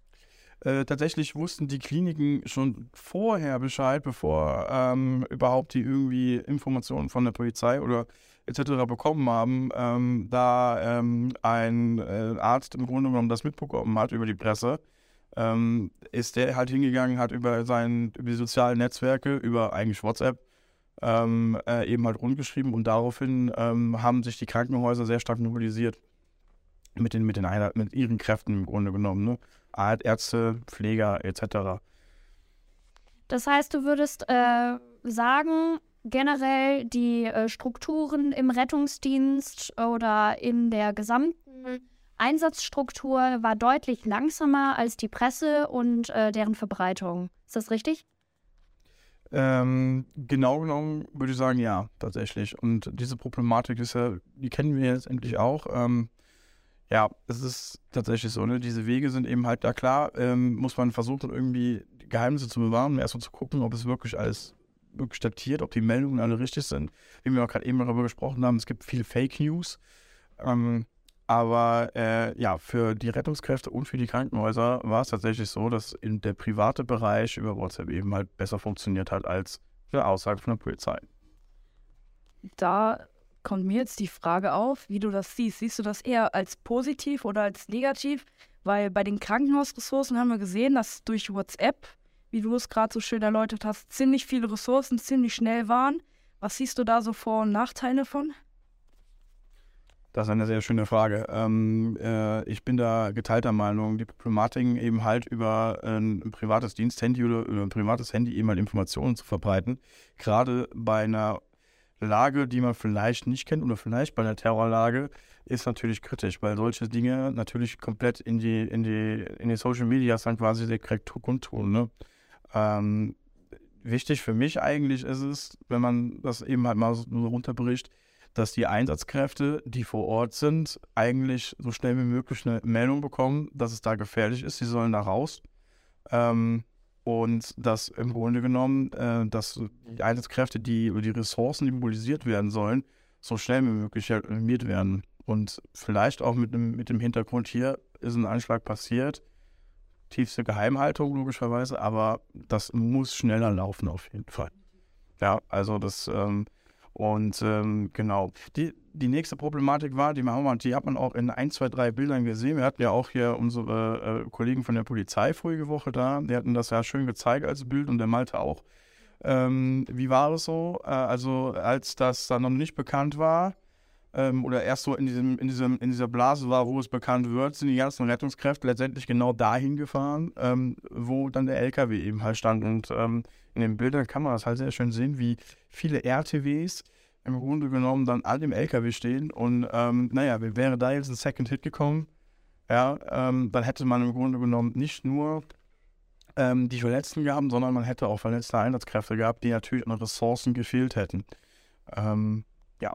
Äh, tatsächlich wussten die Kliniken schon vorher Bescheid, bevor ähm, überhaupt die irgendwie Informationen von der Polizei oder et cetera bekommen haben, ähm, da ähm, ein äh, Arzt im Grunde genommen das mitbekommen hat über die Presse. Ähm, ist der halt hingegangen, hat über, sein, über die sozialen Netzwerke, über eigentlich WhatsApp, ähm, äh, eben halt rundgeschrieben und daraufhin ähm, haben sich die Krankenhäuser sehr stark mobilisiert mit, den, mit, den Einheit, mit ihren Kräften im Grunde genommen, ne? Ärzte, Pfleger et cetera. Das heißt, du würdest äh, sagen, generell die äh, Strukturen im Rettungsdienst oder in der gesamten Einsatzstruktur war deutlich langsamer als die Presse und äh, deren Verbreitung. Ist das richtig? Ähm, genau genommen würde ich sagen, ja, tatsächlich. Und diese Problematik ist ja, die kennen wir jetzt endlich auch. Ähm, ja, es ist tatsächlich so, ne? Diese Wege sind eben halt da klar, ähm, muss man versuchen, irgendwie die Geheimnisse zu bewahren, erstmal zu gucken, ob es wirklich alles wirklich datiert, ob die Meldungen alle richtig sind. Wie wir auch gerade eben darüber gesprochen haben, es gibt viele Fake News. Ähm, Aber äh, ja, für die Rettungskräfte und für die Krankenhäuser war es tatsächlich so, dass in der private Bereich über WhatsApp eben halt besser funktioniert hat als eine Aussage von der Polizei. Da kommt mir jetzt die Frage auf, wie du das siehst. Siehst du das eher als positiv oder als negativ? Weil bei den Krankenhausressourcen haben wir gesehen, dass durch WhatsApp, wie du es gerade so schön erläutert hast, ziemlich viele Ressourcen ziemlich schnell waren. Was siehst du da so Vor- und Nachteile von? Das ist eine sehr schöne Frage. Ähm, äh, ich bin da geteilter Meinung. Die Problematiken eben halt über ein, ein privates Diensthandy oder über ein privates Handy eben halt Informationen zu verbreiten. Gerade bei einer Lage, die man vielleicht nicht kennt oder vielleicht bei einer Terrorlage, ist natürlich kritisch, weil solche Dinge natürlich komplett in die, in die, in die Social Media dann quasi direkt kundtun. Ne? Ähm, wichtig für mich eigentlich ist es, wenn man das eben halt mal so runterbricht, dass die Einsatzkräfte, die vor Ort sind, eigentlich so schnell wie möglich eine Meldung bekommen, dass es da gefährlich ist. Sie sollen da raus. Ähm, und dass im Grunde genommen, äh, dass die Einsatzkräfte, die über die Ressourcen, die mobilisiert werden sollen, so schnell wie möglich alarmiert werden. Und vielleicht auch mit dem, mit dem Hintergrund, hier ist ein Anschlag passiert, tiefste Geheimhaltung logischerweise, aber das muss schneller laufen auf jeden Fall. Ja, also das... Ähm, Und ähm, genau, die, die nächste Problematik war, die, man, die hat man auch in ein, zwei, drei Bildern gesehen. Wir hatten ja auch hier unsere äh, Kollegen von der Polizei vorige Woche da, die hatten das ja schön gezeigt als Bild und der Malte auch. Ähm, wie war es so? Äh, also als das dann noch nicht bekannt war, ähm, oder erst so in, diesem, in, diesem, in dieser Blase war, wo es bekannt wird, sind die ganzen Rettungskräfte letztendlich genau dahin gefahren, ähm, wo dann der L K W eben halt stand. Und ähm, in den Bildern kann man das halt sehr schön sehen, wie viele R T Ws im Grunde genommen dann alle im L K W stehen. Und ähm, naja, wäre da jetzt ein Second Hit gekommen, ja, ähm, dann hätte man im Grunde genommen nicht nur ähm, die Verletzten gehabt, sondern man hätte auch verletzte Einsatzkräfte gehabt, die natürlich an Ressourcen gefehlt hätten. Ähm, ja.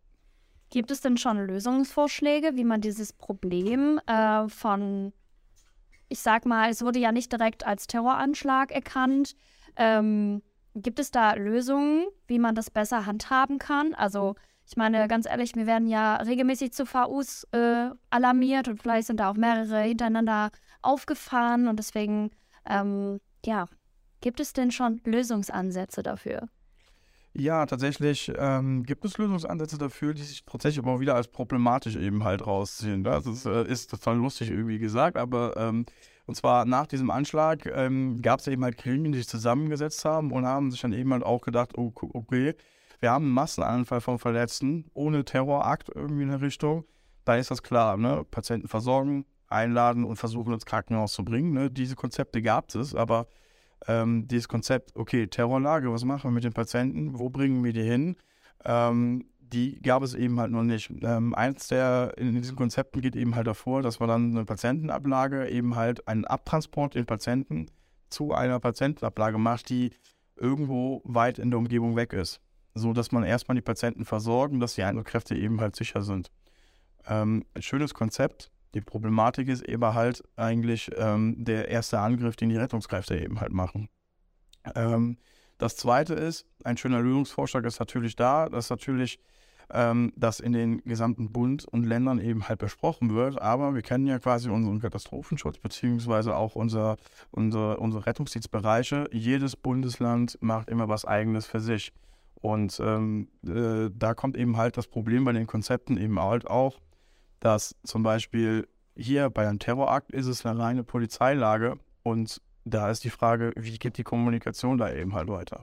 Gibt es denn schon Lösungsvorschläge, wie man dieses Problem äh, von, ich sag mal, es wurde ja nicht direkt als Terroranschlag erkannt, ähm, gibt es da Lösungen, wie man das besser handhaben kann? Also ich meine, ganz ehrlich, wir werden ja regelmäßig zu V Us äh, alarmiert und vielleicht sind da auch mehrere hintereinander aufgefahren und deswegen, ähm, ja, gibt es denn schon Lösungsansätze dafür? Ja, tatsächlich ähm, gibt es Lösungsansätze dafür, die sich tatsächlich aber wieder als problematisch eben halt rausziehen. Das ist, äh, ist total lustig irgendwie gesagt, aber ähm, und zwar nach diesem Anschlag ähm, gab es eben halt Gremien, die sich zusammengesetzt haben und haben sich dann eben halt auch gedacht, oh, okay, wir haben einen Massenanfall von Verletzten ohne Terrorakt irgendwie in der Richtung. Da ist das klar, ne? Patienten versorgen, einladen und versuchen ins Krankenhaus zu bringen. Ne? Diese Konzepte gab es, aber ähm, dieses Konzept, okay, Terrorlage, was machen wir mit den Patienten, wo bringen wir die hin, ähm, die gab es eben halt noch nicht. Ähm, eins der in diesen Konzepten geht eben halt davor, dass man dann eine Patientenablage, eben halt einen Abtransport den Patienten zu einer Patientenablage macht, die irgendwo weit in der Umgebung weg ist. So dass man erstmal die Patienten versorgen, dass die Einsatzkräfte eben halt sicher sind. Ähm, ein schönes Konzept. Die Problematik ist eben halt eigentlich ähm, der erste Angriff, den die Rettungskräfte eben halt machen. Ähm, das zweite ist, ein schöner Lösungsvorschlag ist natürlich da, dass natürlich ähm, das in den gesamten Bund und Ländern eben halt besprochen wird, aber wir kennen ja quasi unseren Katastrophenschutz beziehungsweise auch unser, unsere, unsere Rettungsdienstbereiche. Jedes Bundesland macht immer was Eigenes für sich. Und ähm, äh, da kommt eben halt das Problem bei den Konzepten eben halt auch, dass zum Beispiel hier bei einem Terrorakt ist es eine reine Polizeilage und da ist die Frage, wie geht die Kommunikation da eben halt weiter?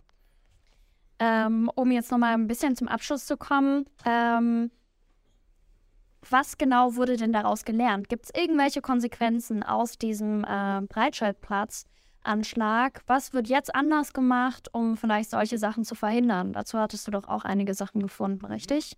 Ähm, um jetzt nochmal ein bisschen zum Abschluss zu kommen, ähm, was genau wurde denn daraus gelernt? Gibt es irgendwelche Konsequenzen aus diesem äh, Breitscheidplatz-Anschlag? Was wird jetzt anders gemacht, um vielleicht solche Sachen zu verhindern? Dazu hattest du doch auch einige Sachen gefunden, richtig?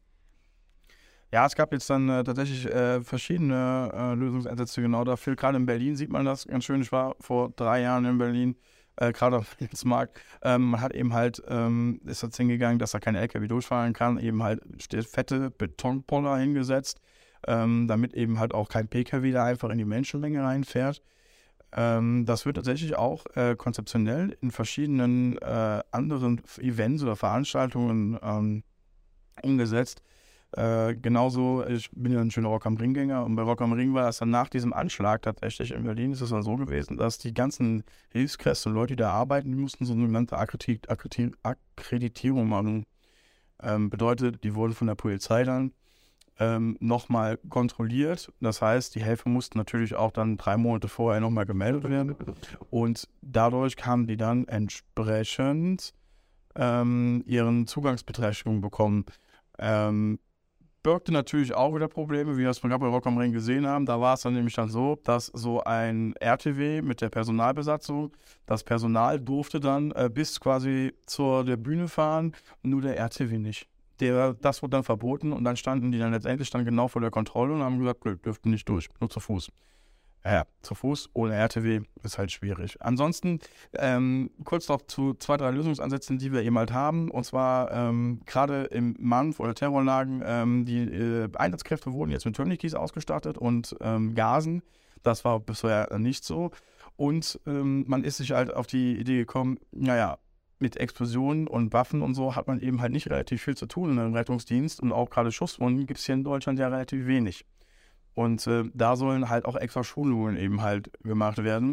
Ja, es gab jetzt dann äh, tatsächlich äh, verschiedene äh, Lösungsansätze genau dafür. Gerade in Berlin sieht man das ganz schön. Ich war vor drei Jahren in Berlin, äh, gerade am Wilhelmsmarkt. Ähm, man hat eben halt, ähm, ist jetzt hingegangen, dass da kein L K W durchfahren kann, eben halt fette Betonpoller hingesetzt, ähm, damit eben halt auch kein P K W da einfach in die Menschenmenge reinfährt. Ähm, das wird tatsächlich auch äh, konzeptionell in verschiedenen äh, anderen Events oder Veranstaltungen ähm, umgesetzt. Äh, genauso, ich bin ja ein schöner Rock am Ring-Gänger und bei Rock am Ring war es dann nach diesem Anschlag tatsächlich in Berlin ist es dann so gewesen, dass die ganzen Hilfskräfte und Leute, die da arbeiten, die mussten so eine sogenannte Akkredit- Akkredit- Akkreditierung machen. Ähm, bedeutet, die wurden von der Polizei dann ähm, nochmal kontrolliert. Das heißt, die Helfer mussten natürlich auch dann drei Monate vorher nochmal gemeldet werden und dadurch haben die dann entsprechend ähm, ihren Zugangsberechtigung bekommen. Ähm, birgte natürlich auch wieder Probleme, wie wir es gerade bei Rock am Ring gesehen haben. Da war es dann nämlich dann so, dass so ein R T W mit der Personalbesatzung, das Personal durfte dann äh, bis quasi zur der Bühne fahren, nur der R T W nicht. Der, das wurde dann verboten und dann standen die dann letztendlich dann genau vor der Kontrolle und haben gesagt, blöd, dürften nicht durch, nur zu Fuß. Ja, zu Fuß ohne R T W ist halt schwierig. Ansonsten ähm, kurz noch zu zwei, drei Lösungsansätzen, die wir eben halt haben. Und zwar ähm, gerade im Manf- oder Terrorlagen, ähm, die äh, Einsatzkräfte wurden jetzt mit Tourniquets ausgestattet und ähm, Gasen. Das war bisher nicht so. Und ähm, man ist sich halt auf die Idee gekommen, naja, mit Explosionen und Waffen und so hat man eben halt nicht relativ viel zu tun in einem Rettungsdienst. Und auch gerade Schusswunden gibt es hier in Deutschland ja relativ wenig. Und äh, da sollen halt auch extra Schulungen eben halt gemacht werden.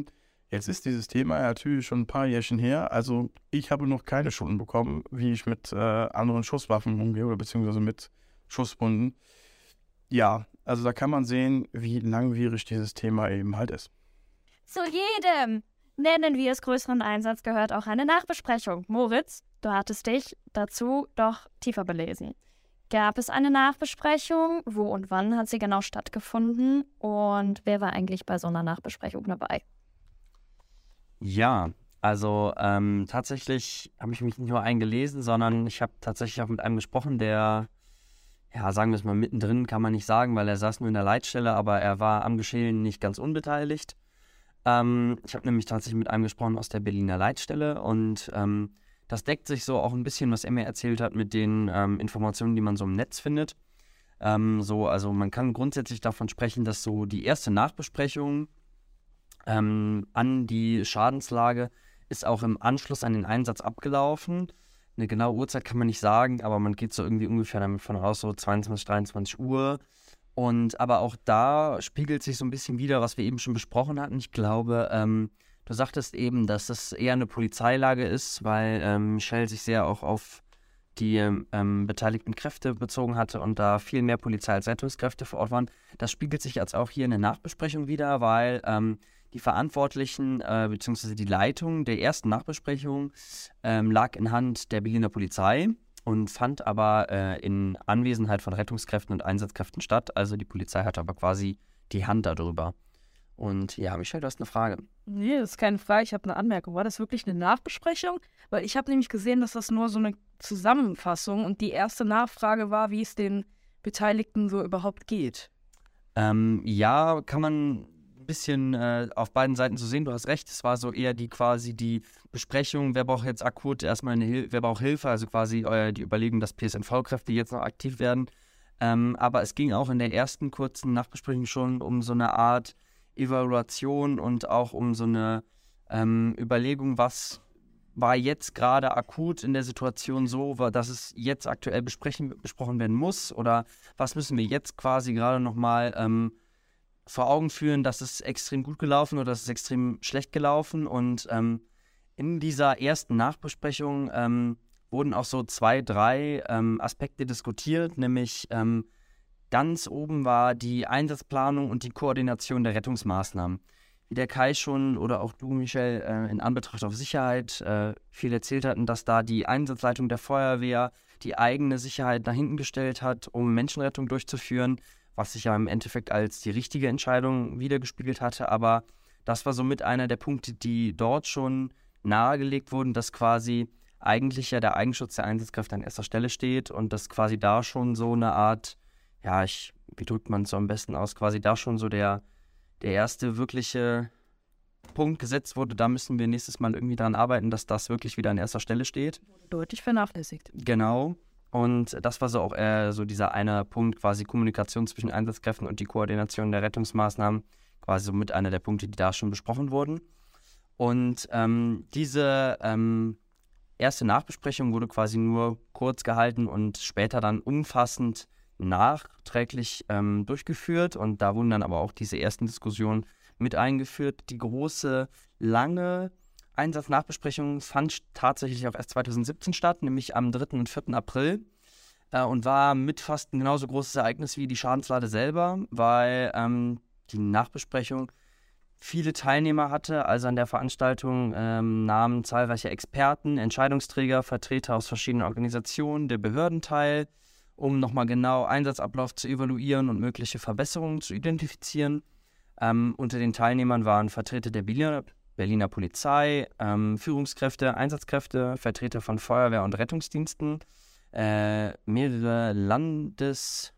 Jetzt ist dieses Thema natürlich schon ein paar Jährchen her. Also ich habe noch keine Stunden bekommen, wie ich mit äh, anderen Schusswaffen umgehe oder beziehungsweise mit Schusswunden. Ja, also da kann man sehen, wie langwierig dieses Thema eben halt ist. Zu jedem, nennen wir es, größeren Einsatz gehört auch eine Nachbesprechung. Moritz, du hattest dich dazu doch tiefer belesen. Gab es eine Nachbesprechung? Wo und wann hat sie genau stattgefunden? Und wer war eigentlich bei so einer Nachbesprechung dabei? Ja, also ähm, tatsächlich habe ich mich nicht nur eingelesen, sondern ich habe tatsächlich auch mit einem gesprochen, der, ja, sagen wir es mal, mittendrin kann man nicht sagen, weil er saß nur in der Leitstelle, aber er war am Geschehen nicht ganz unbeteiligt. Ähm, ich habe nämlich tatsächlich mit einem gesprochen aus der Berliner Leitstelle und ähm, das deckt sich so auch ein bisschen, was er mir erzählt hat, mit den ähm, Informationen, die man so im Netz findet. Ähm, so, also man kann grundsätzlich davon sprechen, dass so die erste Nachbesprechung ähm, an die Schadenslage ist auch im Anschluss an den Einsatz abgelaufen. Eine genaue Uhrzeit kann man nicht sagen, aber man geht so irgendwie ungefähr damit von aus, so zweiundzwanzig, dreiundzwanzig Uhr. Und aber auch da spiegelt sich so ein bisschen wider, was wir eben schon besprochen hatten. Ich glaube, ähm, du sagtest eben, dass das eher eine Polizeilage ist, weil ähm, Michelle sich sehr auch auf die ähm, beteiligten Kräfte bezogen hatte und da viel mehr Polizei als Rettungskräfte vor Ort waren. Das spiegelt sich jetzt auch hier in der Nachbesprechung wieder, weil ähm, die Verantwortlichen äh, bzw. die Leitung der ersten Nachbesprechung ähm, lag in Hand der Berliner Polizei und fand aber äh, in Anwesenheit von Rettungskräften und Einsatzkräften statt. Also die Polizei hatte aber quasi die Hand darüber. Und ja, Michelle, du hast eine Frage. Nee, das ist keine Frage, ich habe eine Anmerkung. War das wirklich eine Nachbesprechung? Weil ich habe nämlich gesehen, dass das nur so eine Zusammenfassung und die erste Nachfrage war, wie es den Beteiligten so überhaupt geht. Ähm, ja, kann man ein bisschen äh, auf beiden Seiten so sehen. Du hast recht, es war so eher die quasi die Besprechung, wer braucht jetzt akut erstmal eine Hilfe, wer braucht Hilfe, also quasi äh, die Überlegung, dass P S N V-Kräfte jetzt noch aktiv werden. Ähm, aber es ging auch in der ersten kurzen Nachbesprechung schon um so eine Art Evaluation und auch um so eine ähm, Überlegung, was war jetzt gerade akut in der Situation so, dass es jetzt aktuell besprechen, besprochen werden muss oder was müssen wir jetzt quasi gerade nochmal ähm, vor Augen führen, dass es extrem gut gelaufen oder dass es extrem schlecht gelaufen und ähm, in dieser ersten Nachbesprechung ähm, wurden auch so zwei, drei ähm, Aspekte diskutiert, nämlich ähm, ganz oben war die Einsatzplanung und die Koordination der Rettungsmaßnahmen. Wie der Kai schon oder auch du, Michelle, äh, in Anbetracht auf Sicherheit äh, viel erzählt hatten, dass da die Einsatzleitung der Feuerwehr die eigene Sicherheit nach hinten gestellt hat, um Menschenrettung durchzuführen, was sich ja im Endeffekt als die richtige Entscheidung wiedergespiegelt hatte. Aber das war somit einer der Punkte, die dort schon nahegelegt wurden, dass quasi eigentlich ja der Eigenschutz der Einsatzkräfte an erster Stelle steht und dass quasi da schon so eine Art, ja, ich, wie drückt man es so am besten aus, quasi da schon so der der erste wirkliche Punkt gesetzt wurde, da müssen wir nächstes Mal irgendwie daran arbeiten, dass das wirklich wieder an erster Stelle steht. Deutlich vernachlässigt. Genau. Und das war so auch äh, so dieser eine Punkt, quasi Kommunikation zwischen Einsatzkräften und die Koordination der Rettungsmaßnahmen, quasi so mit einer der Punkte, die da schon besprochen wurden. Und ähm, diese ähm, erste Nachbesprechung wurde quasi nur kurz gehalten und später dann umfassend nachträglich ähm, durchgeführt und da wurden dann aber auch diese ersten Diskussionen mit eingeführt. Die große, lange Einsatznachbesprechung fand tatsächlich auch erst zweitausendsiebzehn statt, nämlich am dritten und vierten April äh, und war mit fast ein genauso großes Ereignis wie die Schadenslade selber, weil ähm, die Nachbesprechung viele Teilnehmer hatte. Also an der Veranstaltung ähm, nahmen zahlreiche Experten, Entscheidungsträger, Vertreter aus verschiedenen Organisationen der Behörden teil, um nochmal genau Einsatzablauf zu evaluieren und mögliche Verbesserungen zu identifizieren. Ähm, unter den Teilnehmern waren Vertreter der Berliner, Berliner Polizei, ähm, Führungskräfte, Einsatzkräfte, Vertreter von Feuerwehr und Rettungsdiensten, äh, mehrere Landes...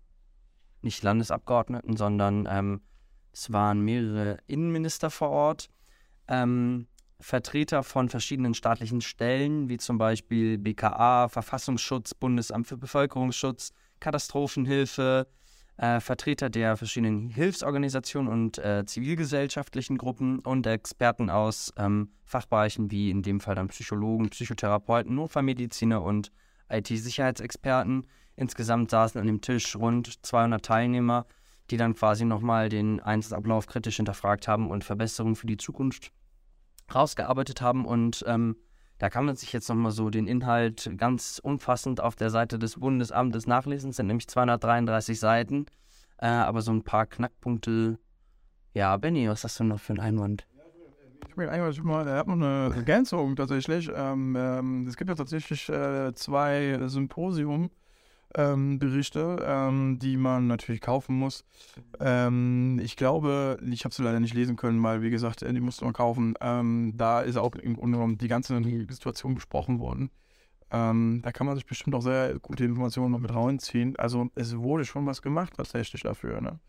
nicht Landesabgeordneten, sondern ähm, es waren mehrere Innenminister vor Ort, ähm, Vertreter von verschiedenen staatlichen Stellen, wie zum Beispiel B K A, Verfassungsschutz, Bundesamt für Bevölkerungsschutz, Katastrophenhilfe, äh, Vertreter der verschiedenen Hilfsorganisationen und äh, zivilgesellschaftlichen Gruppen und Experten aus ähm, Fachbereichen wie in dem Fall dann Psychologen, Psychotherapeuten, Notfallmediziner und I T-Sicherheitsexperten. Insgesamt saßen an dem Tisch rund zweihundert Teilnehmer, die dann quasi nochmal den Einsatzablauf kritisch hinterfragt haben und Verbesserungen für die Zukunft rausgearbeitet haben. Und ähm, da kann man sich jetzt nochmal so den Inhalt ganz umfassend auf der Seite des Bundesamtes nachlesen. Es sind nämlich zweihundertdreiunddreißig Seiten, äh, aber so ein paar Knackpunkte. Ja, Benni, was hast du noch für einen Einwand? Ich will eigentlich mal, er hat noch eine Ergänzung tatsächlich. Ähm, ähm, es gibt ja tatsächlich äh, zwei Symposium. Ähm, Berichte, ähm, die man natürlich kaufen muss. Ähm, ich glaube, ich habe sie leider nicht lesen können, weil, wie gesagt, die musste man kaufen. Ähm, da ist auch im Grunde genommen die ganze Situation besprochen worden. Ähm, da kann man sich bestimmt auch sehr gute Informationen noch mit reinziehen. Also es wurde schon was gemacht tatsächlich dafür. Ne?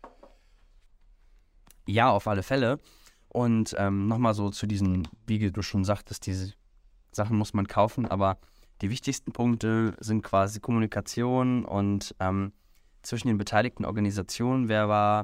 Ja, auf alle Fälle. Und ähm, nochmal so zu diesen, wie du schon sagtest, diese Sachen muss man kaufen, aber die wichtigsten Punkte sind quasi Kommunikation und ähm, zwischen den beteiligten Organisationen. Wer war,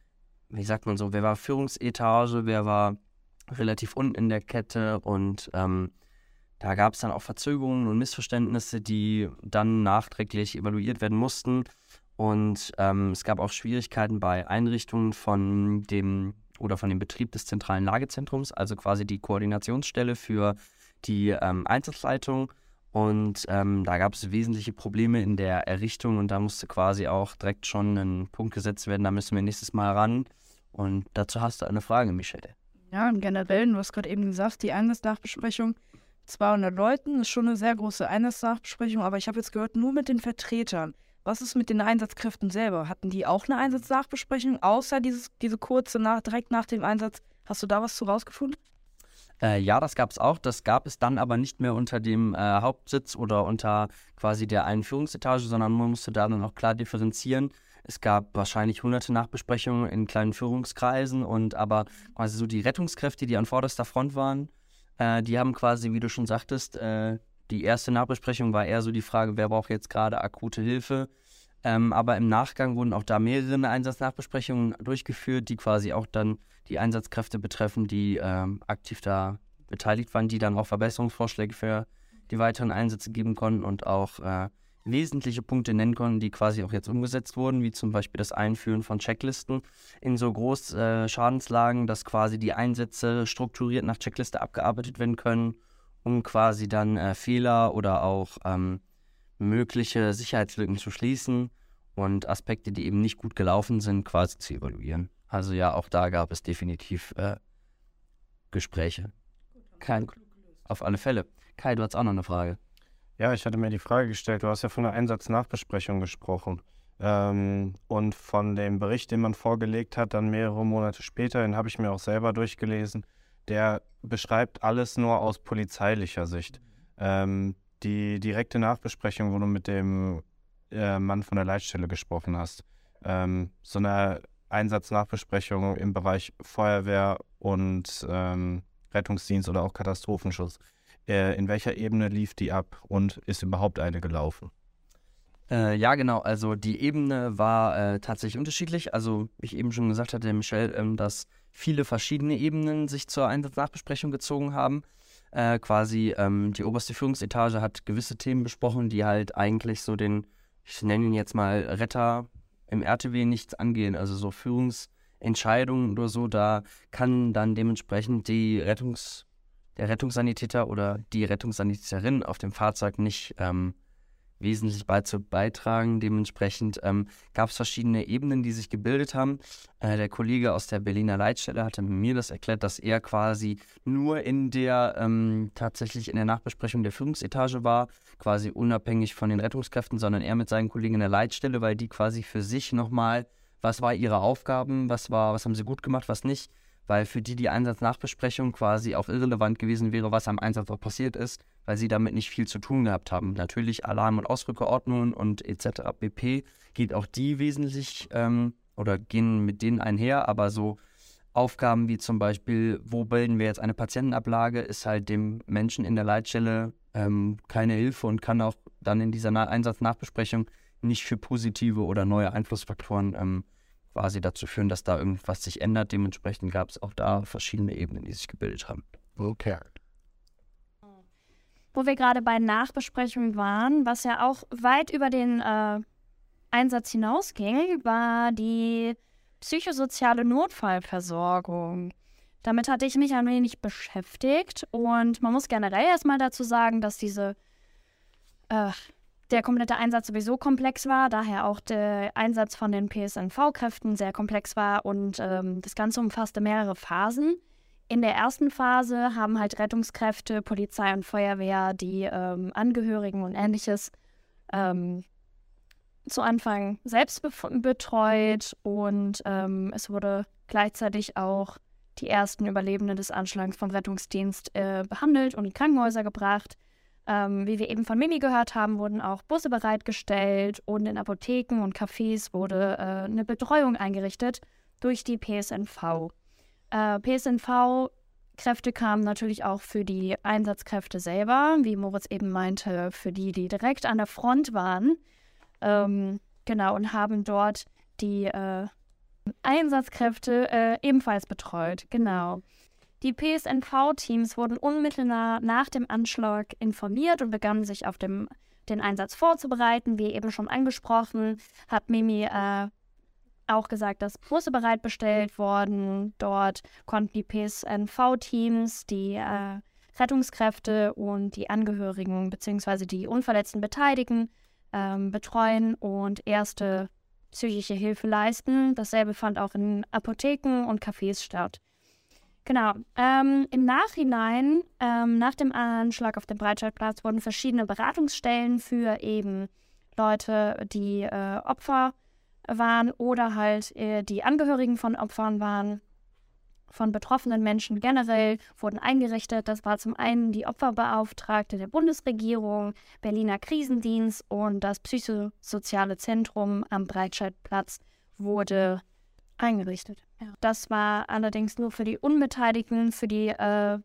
wie sagt man so, wer war Führungsetage, wer war relativ unten in der Kette und ähm, da gab es dann auch Verzögerungen und Missverständnisse, die dann nachträglich evaluiert werden mussten. Und ähm, es gab auch Schwierigkeiten bei Einrichtungen von dem oder von dem Betrieb des zentralen Lagezentrums, also quasi die Koordinationsstelle für die ähm, Einsatzleitung. Und ähm, da gab es wesentliche Probleme in der Errichtung und da musste quasi auch direkt schon ein Punkt gesetzt werden, da müssen wir nächstes Mal ran. Und dazu hast du eine Frage, Michelle. Ja, im Generellen, du hast gerade eben gesagt, die Einsatznachbesprechung, zweihundert Leuten, ist schon eine sehr große Einsatznachbesprechung, aber ich habe jetzt gehört, nur mit den Vertretern. Was ist mit den Einsatzkräften selber? Hatten die auch eine Einsatznachbesprechung, außer dieses, diese kurze, nach, direkt nach dem Einsatz? Hast du da was zu rausgefunden? Äh, ja, das gab es auch. Das gab es dann aber nicht mehr unter dem äh, Hauptsitz oder unter quasi der einen Führungsetage, sondern man musste da dann auch klar differenzieren. Es gab wahrscheinlich hunderte Nachbesprechungen in kleinen Führungskreisen und aber quasi so die Rettungskräfte, die an vorderster Front waren, äh, die haben quasi, wie du schon sagtest, äh, die erste Nachbesprechung war eher so die Frage, wer braucht jetzt gerade akute Hilfe. Ähm, aber im Nachgang wurden auch da mehrere Einsatznachbesprechungen durchgeführt, die quasi auch dann die Einsatzkräfte betreffen, die ähm, aktiv da beteiligt waren, die dann auch Verbesserungsvorschläge für die weiteren Einsätze geben konnten und auch äh, wesentliche Punkte nennen konnten, die quasi auch jetzt umgesetzt wurden, wie zum Beispiel das Einführen von Checklisten in so Großschadenslagen, äh, dass quasi die Einsätze strukturiert nach Checkliste abgearbeitet werden können, um quasi dann äh, Fehler oder auch ähm, mögliche Sicherheitslücken zu schließen und Aspekte, die eben nicht gut gelaufen sind, quasi zu evaluieren. Also ja, auch da gab es definitiv äh, Gespräche. Kai, auf alle Fälle. Kai, du hast auch noch eine Frage. Ja, ich hatte mir die Frage gestellt, du hast ja von der Einsatznachbesprechung gesprochen ähm, und von dem Bericht, den man vorgelegt hat, dann mehrere Monate später, den habe ich mir auch selber durchgelesen, der beschreibt alles nur aus polizeilicher Sicht. Ähm, die direkte Nachbesprechung, wo du mit dem äh, Mann von der Leitstelle gesprochen hast, ähm, so eine Einsatznachbesprechung im Bereich Feuerwehr und ähm, Rettungsdienst oder auch Katastrophenschutz. Äh, in welcher Ebene lief die ab und ist überhaupt eine gelaufen? Äh, ja, genau. Also die Ebene war äh, tatsächlich unterschiedlich. Also wie ich eben schon gesagt hatte, Michelle, ähm, dass viele verschiedene Ebenen sich zur Einsatznachbesprechung gezogen haben. Äh, quasi ähm, die oberste Führungsetage hat gewisse Themen besprochen, die halt eigentlich so den, ich nenne ihn jetzt mal Retter im R T W nichts angehen. Also so Führungsentscheidungen oder so, da kann dann dementsprechend die Rettungs, der Rettungssanitäter oder die Rettungssanitäterin auf dem Fahrzeug nicht ähm, wesentlich dazu beitragen. Dementsprechend ähm, gab es verschiedene Ebenen, die sich gebildet haben. Äh, der Kollege aus der Berliner Leitstelle hatte mir das erklärt, dass er quasi nur in der, ähm, tatsächlich in der Nachbesprechung der Führungsetage war, quasi unabhängig von den Rettungskräften, sondern er mit seinen Kollegen in der Leitstelle, weil die quasi für sich nochmal, was war ihre Aufgaben, was war, was haben sie gut gemacht, was nicht, weil für die die Einsatznachbesprechung quasi auch irrelevant gewesen wäre, was am Einsatz auch passiert ist, weil sie damit nicht viel zu tun gehabt haben. Natürlich Alarm- und Ausrückerordnungen und et cetera pp. Geht auch die wesentlich ähm, oder gehen mit denen einher, aber so Aufgaben wie zum Beispiel, wo bilden wir jetzt eine Patientenablage, ist halt dem Menschen in der Leitstelle ähm, keine Hilfe und kann auch dann in dieser Na- Einsatznachbesprechung nicht für positive oder neue Einflussfaktoren ähm, quasi dazu führen, dass da irgendwas sich ändert. Dementsprechend gab es auch da verschiedene Ebenen, die sich gebildet haben. Okay. Wo wir gerade bei Nachbesprechungen waren, was ja auch weit über den äh, Einsatz hinausging, war die psychosoziale Notfallversorgung. damit hatte ich mich ein wenig beschäftigt und man muss generell erstmal dazu sagen, dass diese äh, der komplette Einsatz sowieso komplex war, daher auch der Einsatz von den P S N V-Kräften sehr komplex war und ähm, das Ganze umfasste mehrere Phasen. In der ersten Phase haben halt Rettungskräfte, Polizei und Feuerwehr die ähm, Angehörigen und Ähnliches ähm, zu Anfang selbst bef- betreut und ähm, es wurde gleichzeitig auch die ersten Überlebenden des Anschlags vom Rettungsdienst äh, behandelt und in Krankenhäuser gebracht. Ähm, wie wir eben von Mimi gehört haben, wurden auch Busse bereitgestellt und in Apotheken und Cafés wurde äh, eine Betreuung eingerichtet durch die P S N V. Äh, P S N V-Kräfte kamen natürlich auch für die Einsatzkräfte selber, wie Moritz eben meinte, für die, die direkt an der Front waren. Ähm, genau, und haben dort die äh, Einsatzkräfte äh, ebenfalls betreut. Genau. Die P S N V-Teams wurden unmittelbar nach dem Anschlag informiert und begannen sich auf dem, den Einsatz vorzubereiten. Wie eben schon angesprochen, hat Mimi äh, auch gesagt, dass Busse bereitgestellt wurden. Dort konnten die P S N V-Teams, die äh, Rettungskräfte und die Angehörigen bzw. die unverletzten Beteiligten ähm, betreuen und erste psychische Hilfe leisten. Dasselbe fand auch in Apotheken und Cafés statt. Genau. Ähm, im Nachhinein, ähm, nach dem Anschlag auf dem Breitscheidplatz, wurden verschiedene Beratungsstellen für eben Leute, die äh, Opfer waren oder halt äh, die Angehörigen von Opfern waren, von betroffenen Menschen generell, wurden eingerichtet. Das war zum einen die Opferbeauftragte der Bundesregierung, Berliner Krisendienst und das Psychosoziale Zentrum am Breitscheidplatz wurde eingerichtet. Ja. Das war allerdings nur für die Unbeteiligten, für die äh,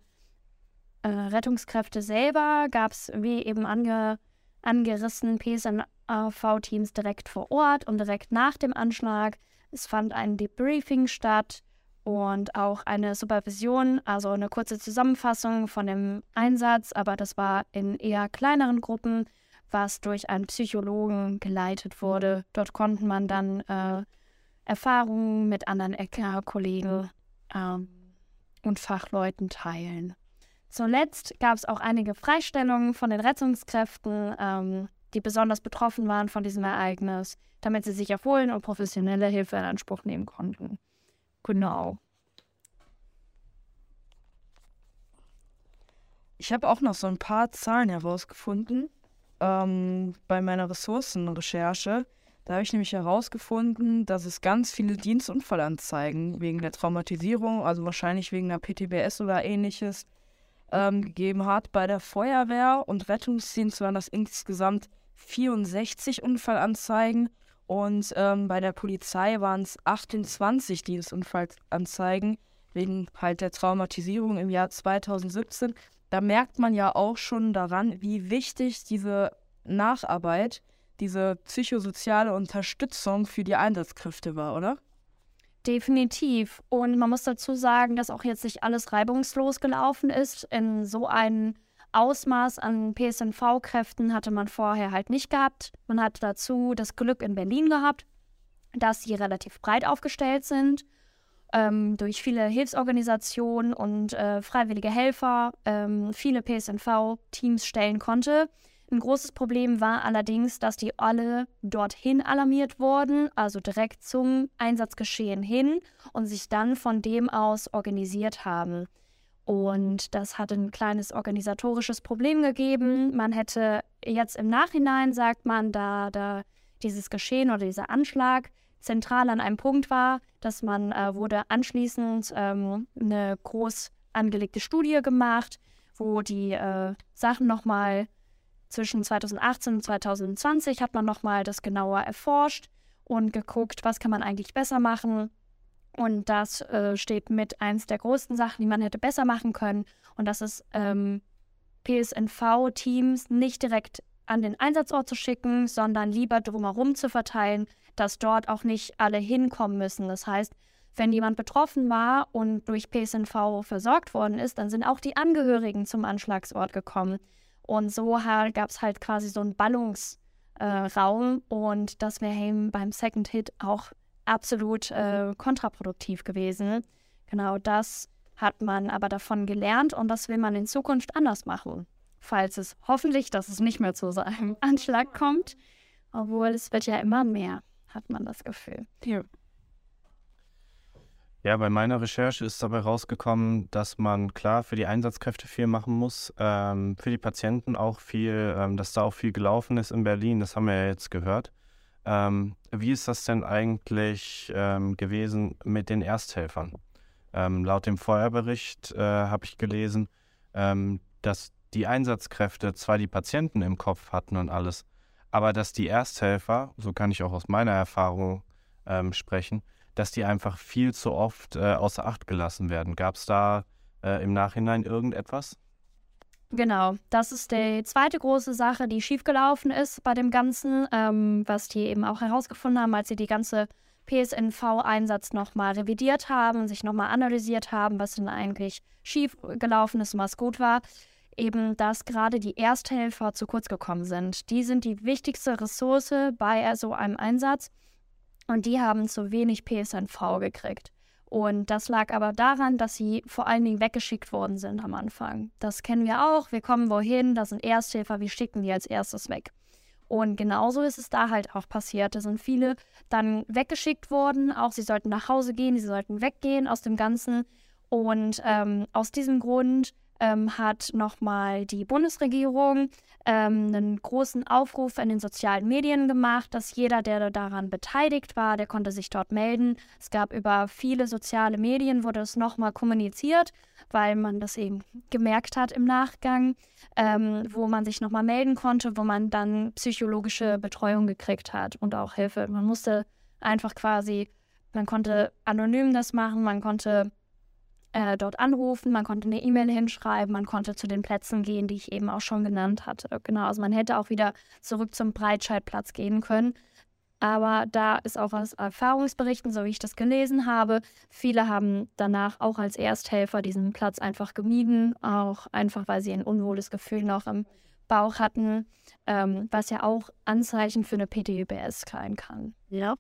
äh, Rettungskräfte selber gab es, wie eben ange, angerissen, P S N V-Teams direkt vor Ort und direkt nach dem Anschlag. Es fand ein Debriefing statt und auch eine Supervision, also eine kurze Zusammenfassung von dem Einsatz, aber das war in eher kleineren Gruppen, was durch einen Psychologen geleitet wurde. Dort konnten man dann äh, Erfahrungen mit anderen Kollegen ähm, und Fachleuten teilen. Zuletzt gab es auch einige Freistellungen von den Rettungskräften, ähm, die besonders betroffen waren von diesem Ereignis, damit sie sich erholen und professionelle Hilfe in Anspruch nehmen konnten. Genau. Ich habe auch noch so ein paar Zahlen herausgefunden ähm, bei meiner Ressourcenrecherche. Da habe ich nämlich herausgefunden, dass es ganz viele Dienstunfallanzeigen wegen der Traumatisierung, also wahrscheinlich wegen einer P T B S oder ähnliches, ähm, gegeben hat. Bei der Feuerwehr und Rettungsdienst waren das insgesamt vierundsechzig Unfallanzeigen und ähm, bei der Polizei waren es achtundzwanzig Dienstunfallanzeigen wegen halt der Traumatisierung im Jahr zweitausendsiebzehn. Da merkt man ja auch schon daran, wie wichtig diese Nacharbeit, diese psychosoziale Unterstützung für die Einsatzkräfte war, oder? Definitiv. Und man muss dazu sagen, dass auch jetzt nicht alles reibungslos gelaufen ist. In so einem Ausmaß an P S N V-Kräften hatte man vorher halt nicht gehabt. Man hat dazu das Glück in Berlin gehabt, dass sie relativ breit aufgestellt sind, ähm, durch viele Hilfsorganisationen und äh, freiwillige Helfer ähm, viele P S N V-Teams stellen konnte. Ein großes Problem war allerdings, dass die alle dorthin alarmiert wurden, also direkt zum Einsatzgeschehen hin und sich dann von dem aus organisiert haben. Und das hat ein kleines organisatorisches Problem gegeben. Man hätte jetzt im Nachhinein, sagt man, da, da dieses Geschehen oder dieser Anschlag zentral an einem Punkt war, dass man äh, wurde anschließend ähm, eine groß angelegte Studie gemacht, wo die äh, Sachen nochmal zwischen zweitausendachtzehn und zweitausendzwanzig hat man nochmal das genauer erforscht und geguckt, was kann man eigentlich besser machen. Und das äh, steht mit eins der größten Sachen, die man hätte besser machen können. Und das ist ähm, P S N V-Teams nicht direkt an den Einsatzort zu schicken, sondern lieber drumherum zu verteilen, dass dort auch nicht alle hinkommen müssen. Das heißt, wenn jemand betroffen war und durch P S N V versorgt worden ist, dann sind auch die Angehörigen zum Anschlagsort gekommen. Und so halt, gab es halt quasi so einen Ballungsraum äh, und das wäre eben beim Second Hit auch absolut äh, kontraproduktiv gewesen. Genau das hat man aber davon gelernt und das will man in Zukunft anders machen. Falls es hoffentlich, dass es nicht mehr zu so einem Anschlag kommt, obwohl es wird ja immer mehr, hat man das Gefühl. Ja. Ja, bei meiner Recherche ist dabei rausgekommen, dass man klar für die Einsatzkräfte viel machen muss, ähm, für die Patienten auch viel, ähm, dass da auch viel gelaufen ist in Berlin, das haben wir ja jetzt gehört. Ähm, wie ist das denn eigentlich ähm, gewesen mit den Ersthelfern? Ähm, laut dem Feuerbericht äh, habe ich gelesen, ähm, dass die Einsatzkräfte zwar die Patienten im Kopf hatten und alles, aber dass die Ersthelfer, so kann ich auch aus meiner Erfahrung ähm, sprechen, dass die einfach viel zu oft äh, außer Acht gelassen werden. Gab es da äh, im Nachhinein irgendetwas? Genau, das ist die zweite große Sache, die schiefgelaufen ist bei dem Ganzen, ähm, was die eben auch herausgefunden haben, als sie die ganze P S N V-Einsatz nochmal revidiert haben, sich nochmal analysiert haben, was denn eigentlich schiefgelaufen ist und was gut war. Eben, dass gerade die Ersthelfer zu kurz gekommen sind. Die sind die wichtigste Ressource bei so einem Einsatz. Und die haben zu wenig P S N V gekriegt. Und das lag aber daran, dass sie vor allen Dingen weggeschickt worden sind am Anfang. Das kennen wir auch. Wir kommen wohin, da sind Ersthelfer, wir schicken die als erstes weg. Und genauso ist es da halt auch passiert. Da sind viele dann weggeschickt worden. Auch sie sollten nach Hause gehen, sie sollten weggehen aus dem Ganzen. Und ähm, aus diesem Grund ähm, hat nochmal die Bundesregierung ähm, einen großen Aufruf in den sozialen Medien gemacht, dass jeder, der daran beteiligt war, der konnte sich dort melden. Es gab über viele soziale Medien, wurde es nochmal kommuniziert, weil man das eben gemerkt hat im Nachgang, ähm, wo man sich nochmal melden konnte, wo man dann psychologische Betreuung gekriegt hat und auch Hilfe. Man musste einfach quasi, man konnte anonym das machen, man konnte Äh, dort anrufen, man konnte eine E-Mail hinschreiben, man konnte zu den Plätzen gehen, die ich eben auch schon genannt hatte. Genau, also man hätte auch wieder zurück zum Breitscheidplatz gehen können. Aber da ist auch aus Erfahrungsberichten, so wie ich das gelesen habe, viele haben danach auch als Ersthelfer diesen Platz einfach gemieden, auch einfach, weil sie ein unwohles Gefühl noch im Bauch hatten, ähm, was ja auch Anzeichen für eine P T U B S sein kann. Ja.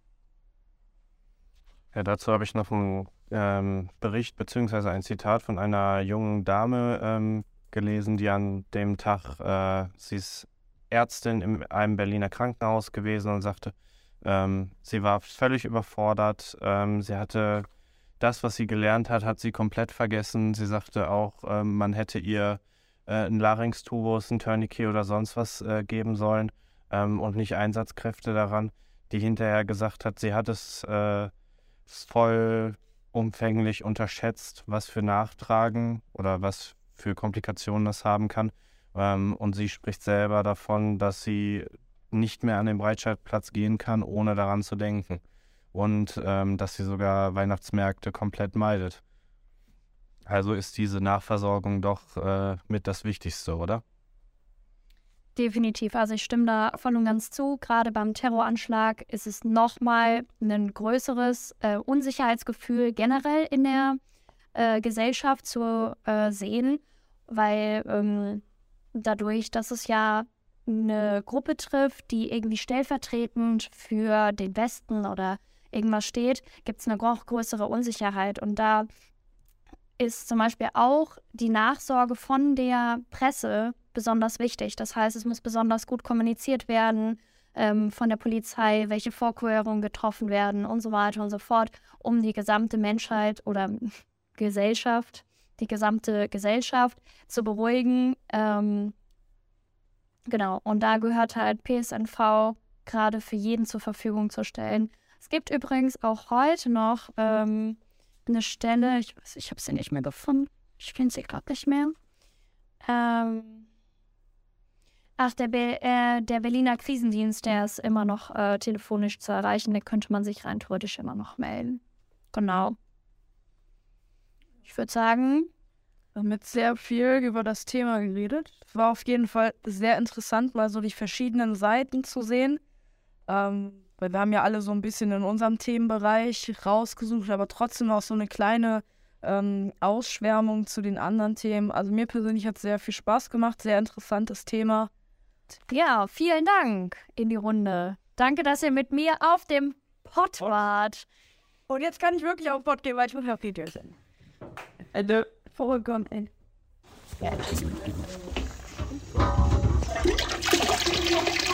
Ja, dazu habe ich noch einen ähm, Bericht bzw. ein Zitat von einer jungen Dame ähm, gelesen, die an dem Tag, äh, sie ist Ärztin in einem Berliner Krankenhaus gewesen und sagte, ähm, sie war völlig überfordert, ähm, sie hatte das, was sie gelernt hat, hat sie komplett vergessen. Sie sagte auch, ähm, man hätte ihr äh, einen Larynx-Tubus, ein Tourniquet oder sonst was äh, geben sollen ähm, und nicht Einsatzkräfte daran, die hinterher gesagt hat, sie hat es äh, voll umfänglich unterschätzt, was für Nachtragen oder was für Komplikationen das haben kann. Ähm, und sie spricht selber davon, dass sie nicht mehr an den Breitscheidplatz gehen kann, ohne daran zu denken. Und ähm, dass sie sogar Weihnachtsmärkte komplett meidet. Also ist diese Nachversorgung doch äh, mit das Wichtigste, oder? Definitiv, also ich stimme da voll und ganz zu. Gerade beim Terroranschlag ist es nochmal ein größeres äh, Unsicherheitsgefühl generell in der äh, Gesellschaft zu äh, sehen, weil ähm, dadurch, dass es ja eine Gruppe trifft, die irgendwie stellvertretend für den Westen oder irgendwas steht, gibt es eine noch größere Unsicherheit. Und da ist zum Beispiel auch die Nachsorge von der Presse besonders wichtig. Das heißt, es muss besonders gut kommuniziert werden ähm, von der Polizei, welche Vorkehrungen getroffen werden und so weiter und so fort, um die gesamte Menschheit oder Gesellschaft, die gesamte Gesellschaft zu beruhigen. Ähm, genau, und da gehört halt P S N V gerade für jeden zur Verfügung zu stellen. Es gibt übrigens auch heute noch ähm, eine Stelle, ich, ich habe sie nicht mehr gefunden, ich finde sie gerade nicht mehr. Ähm, Ach, der, Be äh, der Berliner Krisendienst, der ist immer noch äh, telefonisch zu erreichen. Da könnte man sich rein theoretisch immer noch melden. Genau. Ich würde sagen, wir haben jetzt sehr viel über das Thema geredet. War auf jeden Fall sehr interessant, mal so die verschiedenen Seiten zu sehen. Ähm, weil wir haben ja alle so ein bisschen in unserem Themenbereich rausgesucht, aber trotzdem auch so eine kleine ähm, Ausschwärmung zu den anderen Themen. Also mir persönlich hat es sehr viel Spaß gemacht, sehr interessantes Thema. Ja, vielen Dank in die Runde. Danke, dass ihr mit mir auf dem Pod wart. Und jetzt kann ich wirklich auf Pod gehen, weil ich muss auf Video sein. Ende. Vorgekommen, ey. Ja.